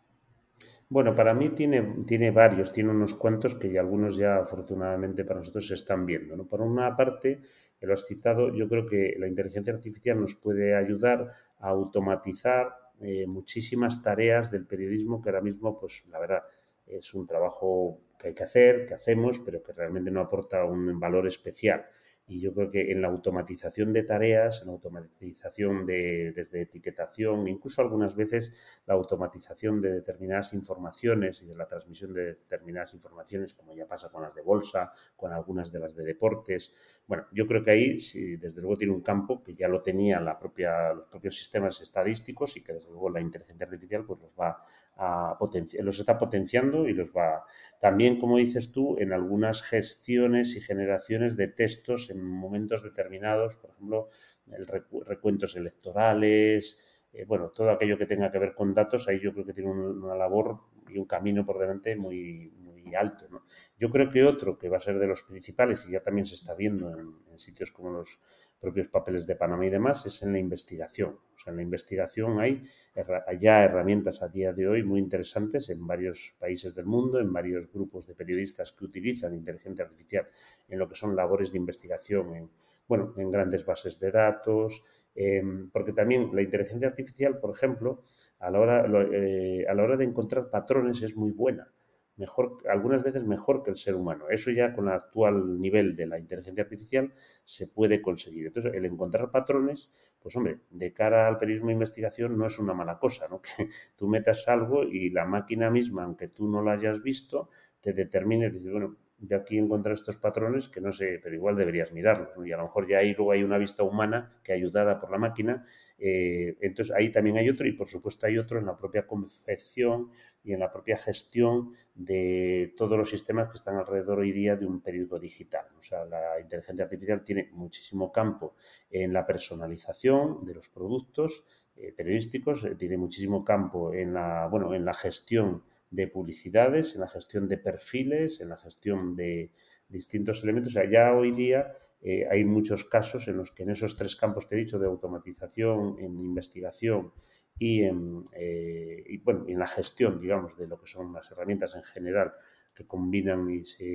A: Bueno, para mí tiene varios, tiene unos cuantos que ya algunos ya afortunadamente para nosotros se están viendo, ¿no? Por una parte, que lo has citado, yo creo que la inteligencia artificial nos puede ayudar a automatizar muchísimas tareas del periodismo que ahora mismo, pues la verdad, es un trabajo que hay que hacer, que hacemos, pero que realmente no aporta un valor especial. Y yo creo que en la automatización de tareas, en la automatización desde etiquetación, incluso algunas veces la automatización de determinadas informaciones y de la transmisión de determinadas informaciones, como ya pasa con las de bolsa, con algunas de las de deportes. Bueno, yo creo que ahí sí, desde luego tiene un campo que ya lo tenía los propios sistemas estadísticos y que desde luego la inteligencia artificial pues los va a potenciar, los está potenciando y los va también, como dices tú, en algunas gestiones y generaciones de textos en momentos determinados, por ejemplo, recuentos electorales, bueno, todo aquello que tenga que ver con datos, ahí yo creo que tiene una labor y un camino por delante muy, muy alto, ¿no? Yo creo que otro que va a ser de los principales, y ya también se está viendo en sitios como los propios papeles de Panamá y demás, es en la investigación. O sea, en la investigación hay ya herramientas a día de hoy muy interesantes en varios países del mundo, en varios grupos de periodistas que utilizan inteligencia artificial en lo que son labores de investigación en grandes bases de datos, porque también la inteligencia artificial, por ejemplo, a la hora de encontrar patrones es muy buena. Algunas veces mejor que el ser humano. Eso ya con el actual nivel de la inteligencia artificial se puede conseguir. Entonces, el encontrar patrones, pues hombre, de cara al periodismo de investigación no es una mala cosa, ¿no? Que tú metas algo y la máquina misma, aunque tú no lo hayas visto, te determine, dice, bueno, yo aquí encontré estos patrones que no sé, pero igual deberías mirarlos, ¿no? Y a lo mejor ya ahí luego hay una vista humana que ayudada por la máquina. Entonces ahí también hay otro, y por supuesto hay otro en la propia confección y en la propia gestión de todos los sistemas que están alrededor hoy día de un periódico digital. O sea, la inteligencia artificial tiene muchísimo campo en la personalización de los productos periodísticos, tiene muchísimo campo en la gestión de publicidades, en la gestión de perfiles, en la gestión de distintos elementos. O sea, ya hoy día hay muchos casos en los que en esos tres campos que he dicho, de automatización, en investigación y en la gestión, digamos, de lo que son las herramientas en general que combinan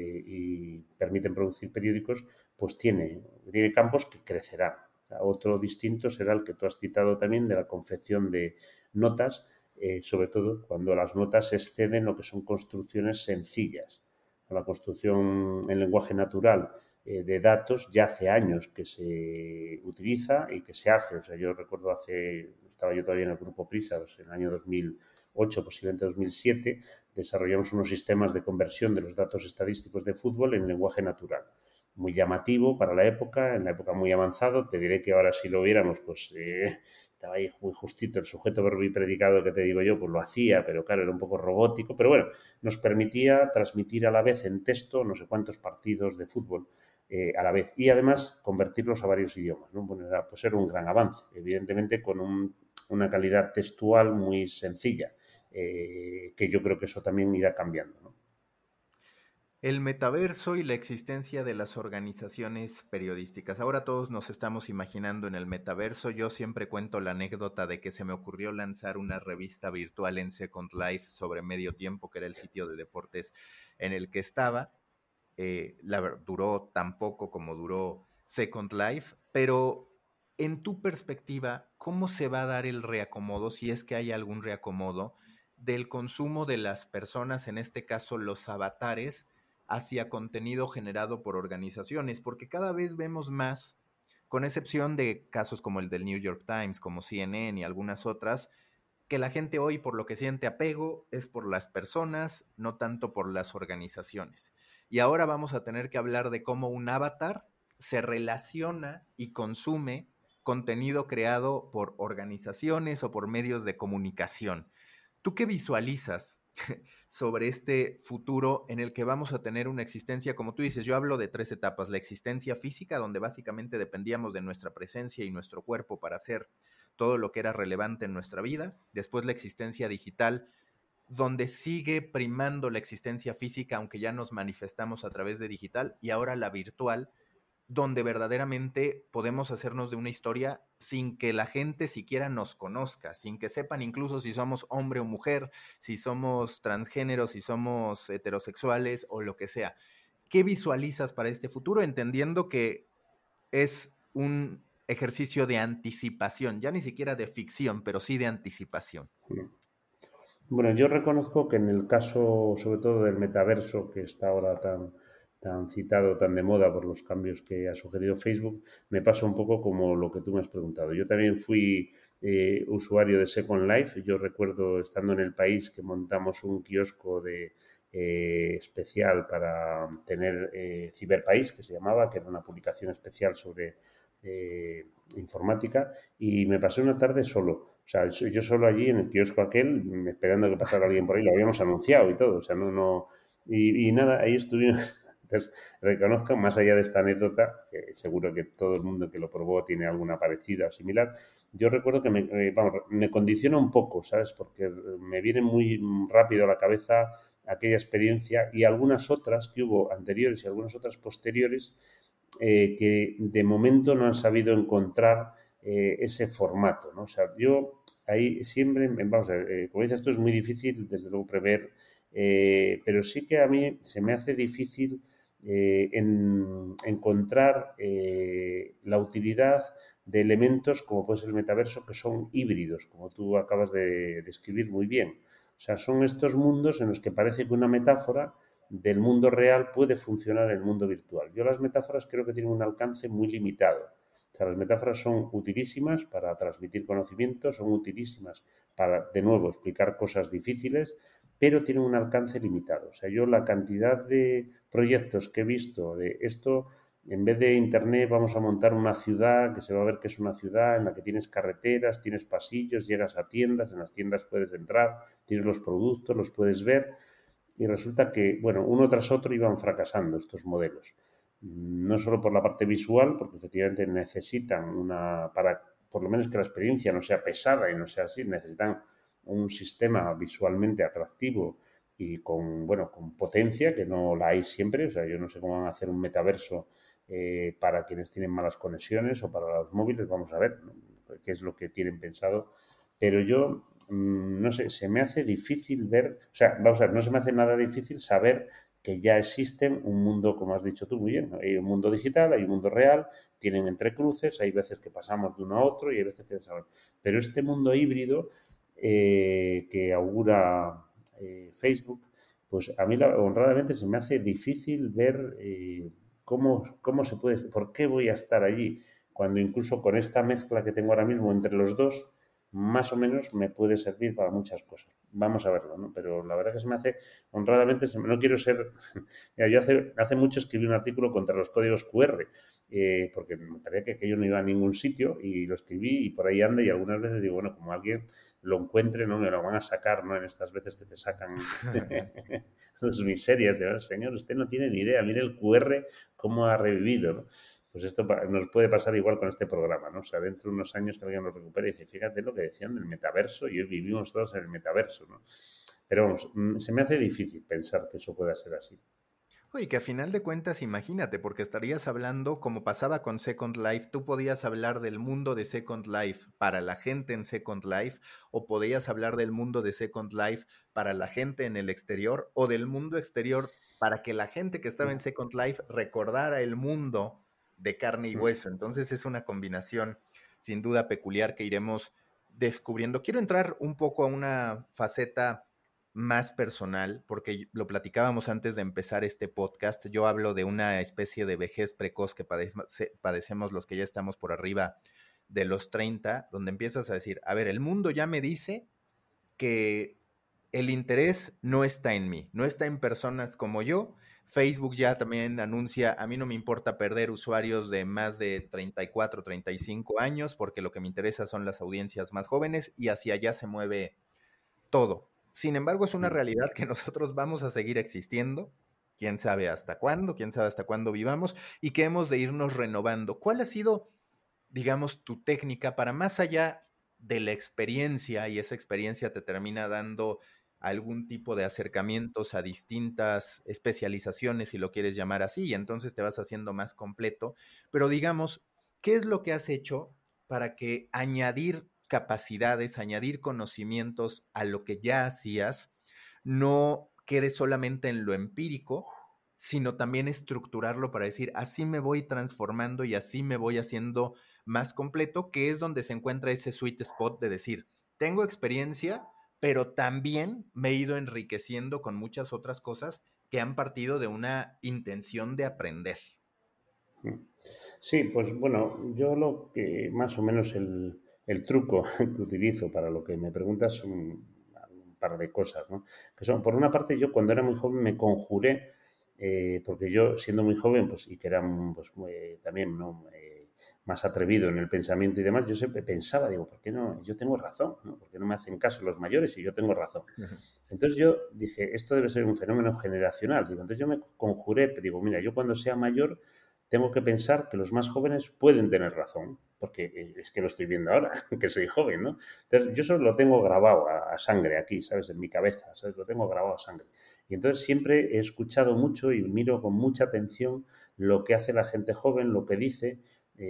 A: y permiten producir periódicos, pues tiene campos que crecerán. O sea, otro distinto será el que tú has citado también, de la confección de notas, sobre todo cuando las notas exceden lo que son construcciones sencillas. La construcción en lenguaje natural de datos ya hace años que se utiliza y que se hace. O sea, yo recuerdo estaba yo todavía en el grupo PRISA, pues en el año 2008, posiblemente 2007, desarrollamos unos sistemas de conversión de los datos estadísticos de fútbol en lenguaje natural. Muy llamativo para la época, en la época muy avanzado. Te diré que ahora si lo viéramos, pues estaba ahí muy justito el sujeto, verbo y predicado que te digo yo, pues lo hacía, pero claro, era un poco robótico. Pero bueno, nos permitía transmitir a la vez en texto no sé cuántos partidos de fútbol a la vez, y además convertirlos a varios idiomas, ¿no? Bueno, era un gran avance, evidentemente con una calidad textual muy sencilla, que yo creo que eso también irá cambiando, ¿no?
B: El metaverso y la existencia de las organizaciones periodísticas. Ahora todos nos estamos imaginando en el metaverso. Yo siempre cuento la anécdota de que se me ocurrió lanzar una revista virtual en Second Life sobre Medio Tiempo, que era el sitio de deportes en el que estaba. Duró tan poco como duró Second Life, pero en tu perspectiva, ¿cómo se va a dar el reacomodo, si es que hay algún reacomodo, del consumo de las personas, en este caso los avatares, hacia contenido generado por organizaciones? Porque cada vez vemos más, con excepción de casos como el del New York Times, como CNN y algunas otras, que la gente hoy por lo que siente apego es por las personas, no tanto por las organizaciones. Y ahora vamos a tener que hablar de cómo un avatar se relaciona y consume contenido creado por organizaciones o por medios de comunicación. ¿Tú qué visualizas sobre este futuro en el que vamos a tener una existencia, como tú dices? Yo hablo de 3 etapas: la existencia física, donde básicamente dependíamos de nuestra presencia y nuestro cuerpo para hacer todo lo que era relevante en nuestra vida; después la existencia digital, donde sigue primando la existencia física, aunque ya nos manifestamos a través de digital; y ahora la virtual, donde verdaderamente podemos hacernos de una historia sin que la gente siquiera nos conozca, sin que sepan incluso si somos hombre o mujer, si somos transgéneros, si somos heterosexuales o lo que sea. ¿Qué visualizas para este futuro, entendiendo que es un ejercicio de anticipación, ya ni siquiera de ficción, pero sí de anticipación?
A: Bueno, yo reconozco que en el caso, sobre todo del metaverso, que está ahora tan citado, tan de moda por los cambios que ha sugerido Facebook, me pasa un poco como lo que tú me has preguntado. Yo también fui usuario de Second Life. Yo recuerdo, estando en el país, que montamos un kiosco especial para tener Ciberpaís, que se llamaba, que era una publicación especial sobre informática, y me pasé una tarde solo. O sea, yo solo allí en el kiosco aquel, esperando que pasara alguien por ahí. Lo habíamos anunciado y todo. O sea, y nada, ahí estuvimos Entonces, reconozco, más allá de esta anécdota, que seguro que todo el mundo que lo probó tiene alguna parecida o similar, yo recuerdo que me condiciona un poco, ¿sabes? Porque me viene muy rápido a la cabeza aquella experiencia y algunas otras que hubo anteriores y algunas otras posteriores que de momento no han sabido encontrar ese formato, ¿no? O sea, yo ahí siempre, vamos a ver, como dices tú, es muy difícil, desde luego, prever, pero sí que a mí se me hace difícil encontrar la utilidad de elementos como puede ser el metaverso que son híbridos, como tú acabas de describir muy bien. O sea, son estos mundos en los que parece que una metáfora del mundo real puede funcionar en el mundo virtual. Yo las metáforas creo que tienen un alcance muy limitado. O sea, las metáforas son utilísimas para transmitir conocimiento, son utilísimas para, de nuevo, explicar cosas difíciles, pero tienen un alcance limitado. O sea, yo la cantidad de proyectos que he visto de esto, en vez de internet vamos a montar una ciudad que se va a ver que es una ciudad en la que tienes carreteras, tienes pasillos, llegas a tiendas, en las tiendas puedes entrar, tienes los productos, los puedes ver y resulta que, bueno, uno tras otro iban fracasando estos modelos. No solo por la parte visual, porque efectivamente necesitan para por lo menos que la experiencia no sea pesada y no sea así, necesitan un sistema visualmente atractivo y con potencia, que no la hay siempre. O sea, yo no sé cómo van a hacer un metaverso para quienes tienen malas conexiones o para los móviles, vamos a ver, ¿no?, qué es lo que tienen pensado. Pero yo, no sé, se me hace difícil ver, o sea, vamos a ver, no se me hace nada difícil saber que ya existe un mundo, como has dicho tú muy bien, ¿no? Hay un mundo digital, hay un mundo real, tienen entrecruces, hay veces que pasamos de uno a otro y hay veces que sabemos. Pero este mundo híbrido que augura Facebook, pues a mí honradamente se me hace difícil ver cómo se puede, por qué voy a estar allí, cuando incluso con esta mezcla que tengo ahora mismo entre los dos, más o menos me puede servir para muchas cosas. Vamos a verlo, ¿no? Pero la verdad que se me hace, honradamente, no quiero ser... Mira, yo hace mucho escribí un artículo contra los códigos QR, porque me parecía que aquello no iba a ningún sitio y lo escribí y por ahí anda y algunas veces digo, bueno, como alguien lo encuentre, no me lo van a sacar, ¿no? En estas veces que te sacan las miserias de, señor, usted no tiene ni idea, mire el QR cómo ha revivido, ¿no? Pues esto nos puede pasar igual con este programa, ¿no? O sea, dentro de unos años que alguien lo recupere y dice, fíjate lo que decían del metaverso y hoy vivimos todos en el metaverso, ¿no? Pero vamos, se me hace difícil pensar que eso pueda ser así.
B: Oye, que a final de cuentas, imagínate, porque estarías hablando, como pasaba con Second Life, tú podías hablar del mundo de Second Life para la gente en Second Life, o podías hablar del mundo de Second Life para la gente en el exterior, o del mundo exterior para que la gente que estaba en Second Life recordara el mundo de carne y hueso. Entonces es una combinación sin duda peculiar que iremos descubriendo. Quiero entrar un poco a una faceta más personal, porque lo platicábamos antes de empezar este podcast. Yo hablo de una especie de vejez precoz que padecemos los que ya estamos por arriba de los 30, donde empiezas a decir, a ver, el mundo ya me dice que el interés no está en mí, no está en personas como yo. Facebook ya también anuncia, a mí no me importa perder usuarios de más de 34, 35 años, porque lo que me interesa son las audiencias más jóvenes y hacia allá se mueve todo. Sin embargo, es una realidad que nosotros vamos a seguir existiendo, quién sabe hasta cuándo vivamos, y que hemos de irnos renovando. ¿Cuál ha sido, digamos, tu técnica para más allá de la experiencia, y esa experiencia te termina dando algún tipo de acercamientos a distintas especializaciones, si lo quieres llamar así, y entonces te vas haciendo más completo? Pero digamos, ¿qué es lo que has hecho para que añadir capacidades, añadir conocimientos a lo que ya hacías no quede solamente en lo empírico, sino también estructurarlo para decir, así me voy transformando y así me voy haciendo más completo, que es donde se encuentra ese sweet spot de decir, tengo experiencia, pero también me he ido enriqueciendo con muchas otras cosas que han partido de una intención de aprender?
A: Sí, pues bueno, yo lo que más o menos el truco que utilizo para lo que me preguntas son un par de cosas, ¿no? Que son, por una parte, yo cuando era muy joven me conjuré, porque yo siendo muy joven, pues, y que era pues, también, ¿no?, más atrevido en el pensamiento y demás, yo siempre pensaba, digo, ¿por qué no? Yo tengo razón, ¿no? ¿Por qué no me hacen caso los mayores y yo tengo razón? Entonces yo dije, esto debe ser un fenómeno generacional. Digo, entonces yo me conjuré, digo, mira, yo cuando sea mayor tengo que pensar que los más jóvenes pueden tener razón, porque es que lo estoy viendo ahora, que soy joven, ¿no? Entonces yo eso lo tengo grabado a sangre aquí, ¿sabes? En mi cabeza, ¿sabes? Lo tengo grabado a sangre. Y entonces siempre he escuchado mucho y miro con mucha atención lo que hace la gente joven, lo que dice,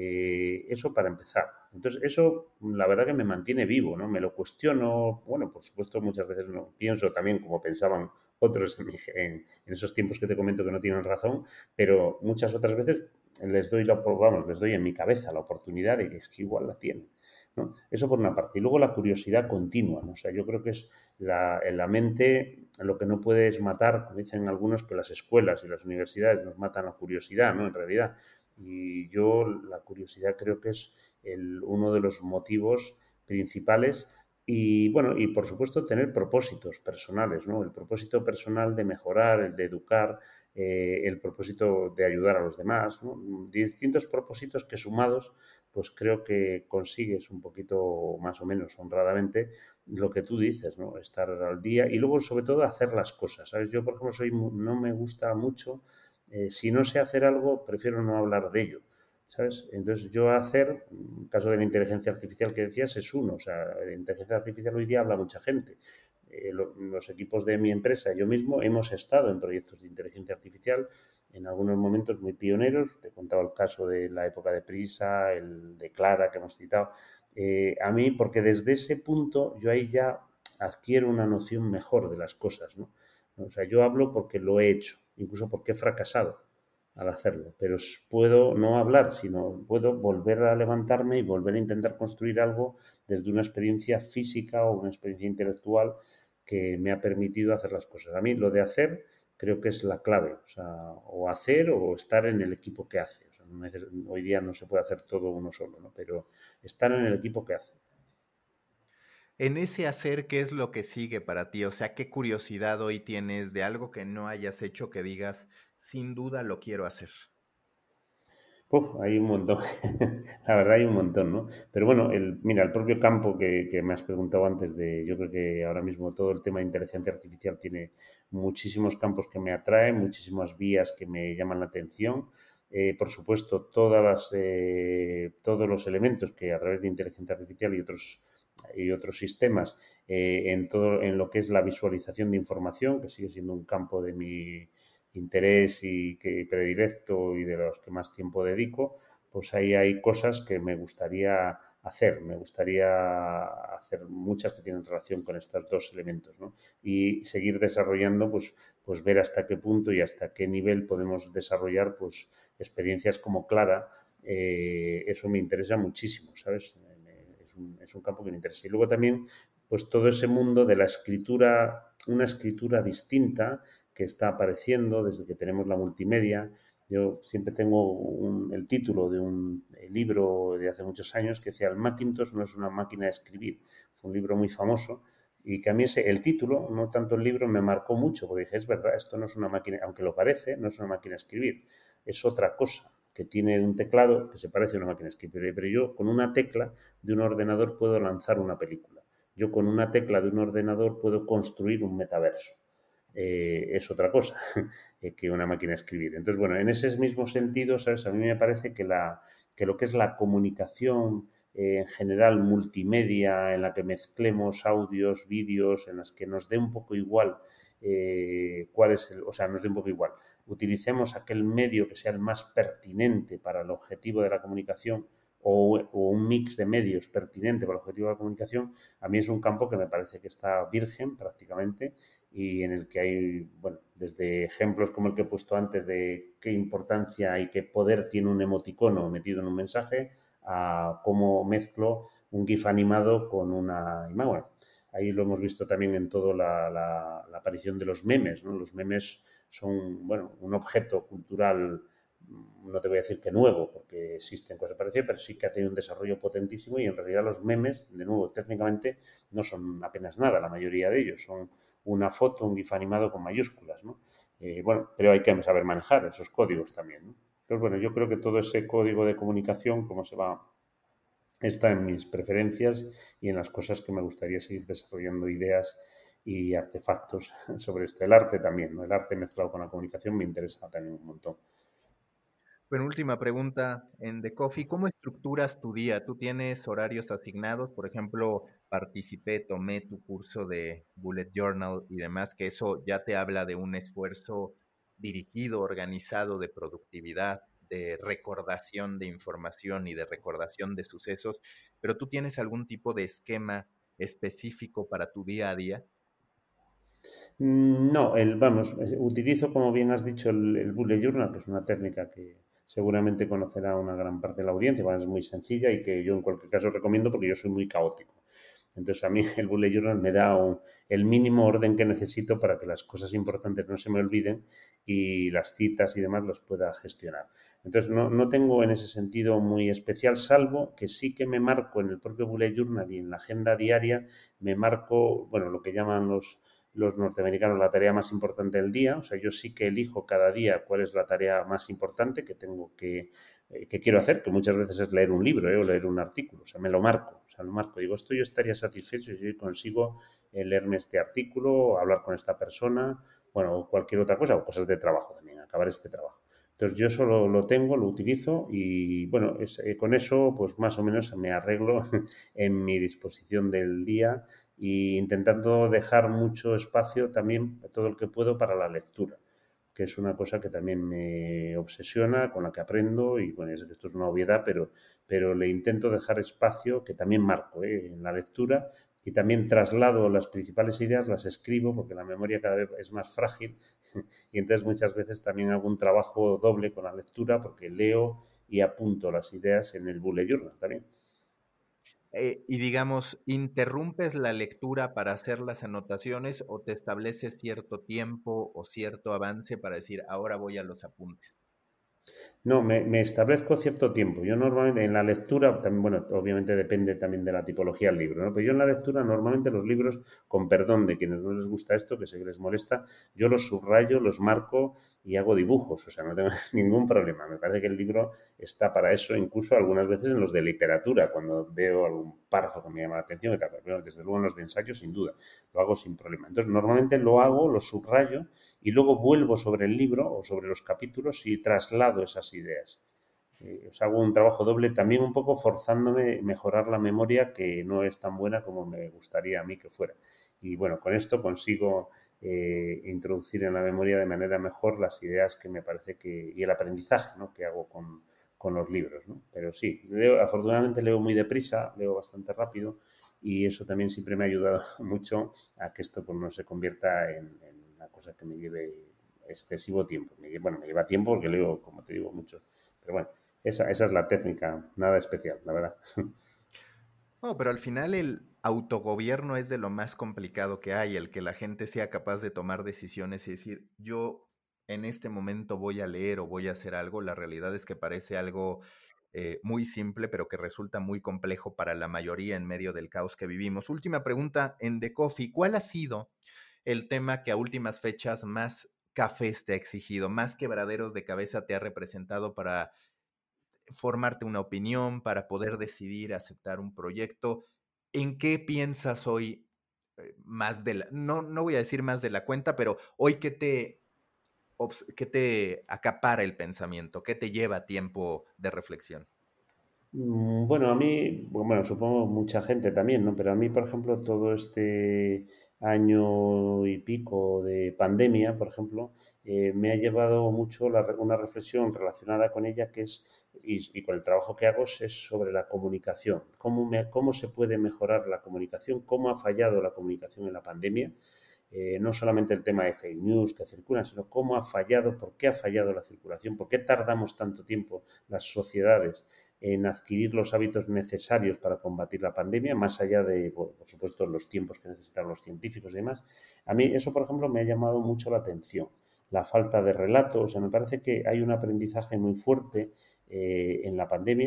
A: eso para empezar. Entonces, eso la verdad que me mantiene vivo, ¿no? Me lo cuestiono, bueno, por supuesto muchas veces no pienso también como pensaban otros en esos tiempos que te comento que no tienen razón, pero muchas otras veces les doy les doy en mi cabeza la oportunidad de que es que igual la tienen, ¿no? Eso por una parte. Y luego la curiosidad continua, ¿no? O sea, yo creo que es en la mente lo que no puedes matar, como dicen algunos, que las escuelas y las universidades nos matan la curiosidad, ¿no? En realidad. Y yo la curiosidad creo que es uno de los motivos principales y, bueno, y por supuesto tener propósitos personales, ¿no? El propósito personal de mejorar, el de educar, el propósito de ayudar a los demás, ¿no? Distintos propósitos que sumados, pues creo que consigues un poquito más o menos honradamente lo que tú dices, ¿no? Estar al día y luego sobre todo hacer las cosas, ¿sabes? Yo, por ejemplo, no me gusta mucho si no sé hacer algo, prefiero no hablar de ello, ¿sabes? Entonces, yo hacer, en el caso de la inteligencia artificial que decías, es uno. O sea, de inteligencia artificial hoy día habla mucha gente. Los equipos de mi empresa, yo mismo, hemos estado en proyectos de inteligencia artificial en algunos momentos muy pioneros. Te contaba el caso de la época de Prisa, el de Clara que hemos citado. A mí, porque desde ese punto yo ahí ya adquiero una noción mejor de las cosas, ¿no? O sea, yo hablo porque lo he hecho, incluso porque he fracasado al hacerlo, pero puedo no hablar, sino puedo volver a levantarme y volver a intentar construir algo desde una experiencia física o una experiencia intelectual que me ha permitido hacer las cosas. A mí lo de hacer creo que es la clave, o sea, o hacer o estar en el equipo que hace. O sea, hoy día no se puede hacer todo uno solo, ¿no? Pero estar en el equipo que hace.
B: En ese hacer, ¿qué es lo que sigue para ti? O sea, ¿qué curiosidad hoy tienes de algo que no hayas hecho que digas, sin duda lo quiero hacer?
A: Uf, hay un montón, la verdad hay un montón, ¿no? Pero bueno, mira, el propio campo que me has preguntado antes yo creo que ahora mismo todo el tema de inteligencia artificial tiene muchísimos campos que me atraen, muchísimas vías que me llaman la atención. Por supuesto, todos los elementos que a través de inteligencia artificial y otros sistemas, en lo que es la visualización de información, que sigue siendo un campo de mi interés y que predilecto y de los que más tiempo dedico, pues ahí hay cosas que me gustaría hacer. Me gustaría hacer muchas que tienen relación con estos dos elementos, ¿no? Y seguir desarrollando, pues ver hasta qué punto y hasta qué nivel podemos desarrollar pues experiencias como Clara. Eso me interesa muchísimo, ¿sabes? Es un campo que me interesa. Y luego también, pues todo ese mundo de la escritura, una escritura distinta que está apareciendo desde que tenemos la multimedia. Yo siempre tengo el título de un libro de hace muchos años que decía: el Macintosh no es una máquina de escribir. Fue un libro muy famoso y que a mí el título, no tanto el libro, me marcó mucho porque dije, es verdad, esto no es una máquina, aunque lo parece, no es una máquina de escribir, es otra cosa que tiene un teclado que se parece a una máquina de escribir, pero yo con una tecla de un ordenador puedo lanzar una película. Yo con una tecla de un ordenador puedo construir un metaverso. Es otra cosa que una máquina de escribir. Entonces, bueno, en ese mismo sentido, ¿sabes? A mí me parece que lo que es la comunicación en general multimedia, en la que mezclemos audios, vídeos, en las que nos dé un poco igual o sea, nos dé un poco igual. Utilicemos aquel medio que sea el más pertinente para el objetivo de la comunicación o un mix de medios pertinente para el objetivo de la comunicación. A mí es un campo que me parece que está virgen prácticamente y en el que hay, bueno, desde ejemplos como el que he puesto antes de qué importancia y qué poder tiene un emoticono metido en un mensaje, a cómo mezclo un GIF animado con una imagen. Bueno, ahí lo hemos visto también en toda la aparición de los memes, ¿no? Los memes son, bueno, un objeto cultural, no te voy a decir que nuevo, porque existen cosas parecidas, pero sí que ha tenido un desarrollo potentísimo y en realidad los memes, de nuevo, técnicamente no son apenas nada, la mayoría de ellos son una foto, un GIF animado con mayúsculas, ¿no? Bueno, pero hay que saber manejar esos códigos también, ¿no? Entonces, bueno, yo creo que todo ese código de comunicación, cómo se va, está en mis preferencias y en las cosas que me gustaría seguir desarrollando ideas y artefactos sobre esto. El arte también, ¿no? El arte mezclado con la comunicación me interesa también un montón.
B: Bueno, última pregunta en The Coffee, ¿cómo estructuras tu día? ¿Tú tienes horarios asignados? Por ejemplo, tomé tu curso de Bullet Journal y demás, que eso ya te habla de un esfuerzo dirigido, organizado de productividad, de recordación de información y de recordación de sucesos, pero ¿tú tienes algún tipo de esquema específico para tu día a día?
A: No, utilizo, como bien has dicho, el Bullet Journal, que es una técnica que seguramente conocerá una gran parte de la audiencia, bueno, es muy sencilla y que yo en cualquier caso recomiendo porque yo soy muy caótico. Entonces a mí el Bullet Journal me da el mínimo orden que necesito para que las cosas importantes no se me olviden y las citas y demás las pueda gestionar. Entonces no tengo en ese sentido muy especial, salvo que sí que me marco en el propio Bullet Journal y en la agenda diaria, me marco, bueno, lo que llaman los norteamericanos la tarea más importante del día. O sea, yo sí que elijo cada día cuál es la tarea más importante que tengo que quiero hacer, que muchas veces es leer un libro o leer un artículo. O sea, me lo marco. O sea, lo marco. Digo, esto yo estaría satisfecho si yo consigo leerme este artículo, hablar con esta persona, bueno, o cualquier otra cosa, o cosas de trabajo también, acabar este trabajo. Entonces yo solo lo tengo, lo utilizo y bueno, con eso pues más o menos me arreglo en mi disposición del día y intentando dejar mucho espacio también, todo el que puedo, para la lectura, que es una cosa que también me obsesiona, con la que aprendo y bueno, esto es una obviedad, pero le intento dejar espacio que también marco en la lectura y también traslado las principales ideas, las escribo porque la memoria cada vez es más frágil y entonces muchas veces también hago un trabajo doble con la lectura porque leo y apunto las ideas en el bullet journal también.
B: Y digamos, ¿interrumpes la lectura para hacer las anotaciones o te estableces cierto tiempo o cierto avance para decir, ahora voy a los apuntes?
A: No, me establezco cierto tiempo. Yo normalmente en la lectura, también, bueno, obviamente depende también de la tipología del libro, ¿no? Pero yo en la lectura normalmente los libros, con perdón de quienes no les gusta esto, que sé que les molesta, yo los subrayo, los marco y hago dibujos, o sea, no tengo ningún problema. Me parece que el libro está para eso, incluso algunas veces en los de literatura, cuando veo algún párrafo que me llama la atención, y tal, pero desde luego en los de ensayo, sin duda, lo hago sin problema. Entonces, normalmente lo hago, lo subrayo y luego vuelvo sobre el libro o sobre los capítulos y traslado esas ideas. Os hago un trabajo doble también un poco forzándome a mejorar la memoria que no es tan buena como me gustaría a mí que fuera. Y bueno, con esto consigo introducir en la memoria de manera mejor las ideas que me parece y el aprendizaje, ¿no?, que hago con los libros, ¿no? Pero sí, afortunadamente leo muy deprisa, leo bastante rápido y eso también siempre me ha ayudado mucho a que esto pues, no se convierta en una cosa que me lleve excesivo tiempo. Me lleva tiempo porque leo, como te digo, mucho. Pero bueno, esa es la técnica, nada especial, la verdad.
B: No, pero al final el autogobierno es de lo más complicado que hay, el que la gente sea capaz de tomar decisiones y decir, yo en este momento voy a leer o voy a hacer algo. La realidad es que parece algo muy simple, pero que resulta muy complejo para la mayoría en medio del caos que vivimos. Última pregunta en The Coffee, ¿cuál ha sido el tema que a últimas fechas más cafés te ha exigido, más quebraderos de cabeza te ha representado para formarte una opinión, para poder decidir aceptar un proyecto? ¿En qué piensas hoy más de la, no voy a decir más de la cuenta, pero hoy qué te acapara el pensamiento? ¿Qué te lleva tiempo de reflexión?
A: Bueno, a mí, bueno, supongo mucha gente también, ¿no? Pero a mí, por ejemplo, todo este año y pico de pandemia, por ejemplo, me ha llevado mucho una reflexión relacionada con ella que es, y con el trabajo que hago, es sobre la comunicación. ¿Cómo se puede mejorar la comunicación? ¿Cómo ha fallado la comunicación en la pandemia? No solamente el tema de fake news que circulan, sino cómo ha fallado, por qué ha fallado la circulación, por qué tardamos tanto tiempo las sociedades en adquirir los hábitos necesarios para combatir la pandemia, más allá de, bueno, por supuesto, los tiempos que necesitan los científicos y demás. A mí eso, por ejemplo, me ha llamado mucho la atención. La falta de relatos, o sea, me parece que hay un aprendizaje muy fuerte en la pandemia,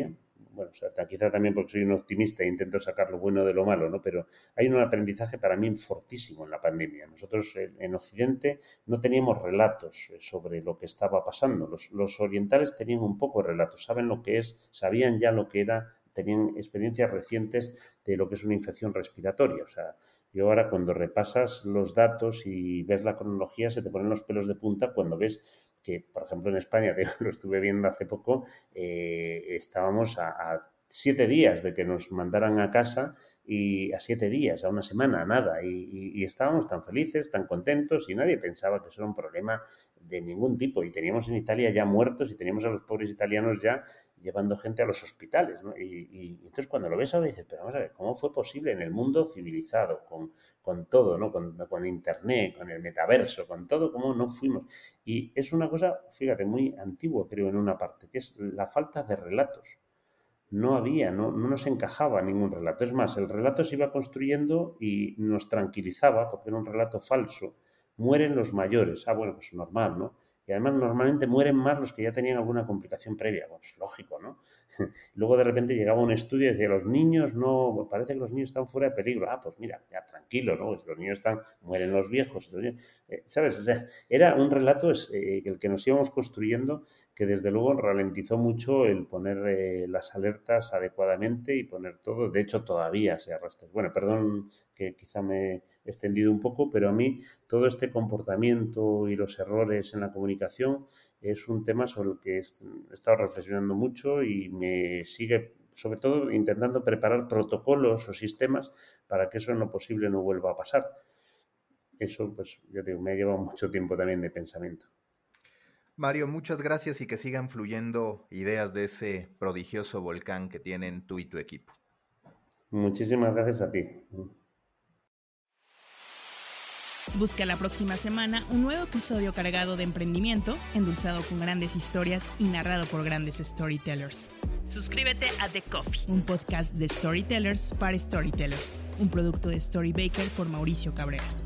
A: bueno, o sea, quizá también porque soy un optimista e intento sacar lo bueno de lo malo, ¿no? Pero hay un aprendizaje para mí fortísimo en la pandemia. Nosotros en Occidente no teníamos relatos sobre lo que estaba pasando. Los orientales tenían un poco de relatos, saben lo que es, sabían ya lo que era, tenían experiencias recientes de lo que es una infección respiratoria. O sea, yo ahora cuando repasas los datos y ves la cronología se te ponen los pelos de punta cuando ves que, por ejemplo, en España, lo estuve viendo hace poco, estábamos a 7 días de que nos mandaran a casa y a 7 días, a una semana, a nada. Y estábamos tan felices, tan contentos y nadie pensaba que eso era un problema de ningún tipo. Y teníamos en Italia ya muertos y teníamos a los pobres italianos ya llevando gente a los hospitales, ¿no? Y entonces cuando lo ves ahora dices, pero vamos a ver, ¿cómo fue posible en el mundo civilizado, con todo, ¿no? Con Internet, con el metaverso, con todo, cómo no fuimos? Y es una cosa, fíjate, muy antigua, creo, en una parte, que es la falta de relatos. No nos encajaba ningún relato. Es más, el relato se iba construyendo y nos tranquilizaba, porque era un relato falso. Mueren los mayores. Ah, bueno, pues normal, ¿no? Y además normalmente mueren más los que ya tenían alguna complicación previa. Bueno, es lógico, ¿no? Luego de repente llegaba un estudio y decía, los niños no, parece que los niños están fuera de peligro. Ah, pues mira, ya tranquilo, ¿no? Pues los niños mueren los viejos. ¿Sabes? O sea, era un relato el que nos íbamos construyendo que desde luego ralentizó mucho el poner las alertas adecuadamente y poner todo. De hecho, todavía se arrastra. Bueno, perdón que quizá me he extendido un poco, pero a mí todo este comportamiento y los errores en la comunicación es un tema sobre el que he estado reflexionando mucho y me sigue, sobre todo, intentando preparar protocolos o sistemas para que eso en lo posible no vuelva a pasar. Eso, pues, yo digo, me ha llevado mucho tiempo también de pensamiento.
B: Mario, muchas gracias y que sigan fluyendo ideas de ese prodigioso volcán que tienen tú y tu equipo.
A: Muchísimas gracias a ti.
C: Busca la próxima semana un nuevo episodio cargado de emprendimiento, endulzado con grandes historias y narrado por grandes storytellers. Suscríbete a The Coffee, un podcast de storytellers para storytellers, un producto de Storybaker por Mauricio Cabrera.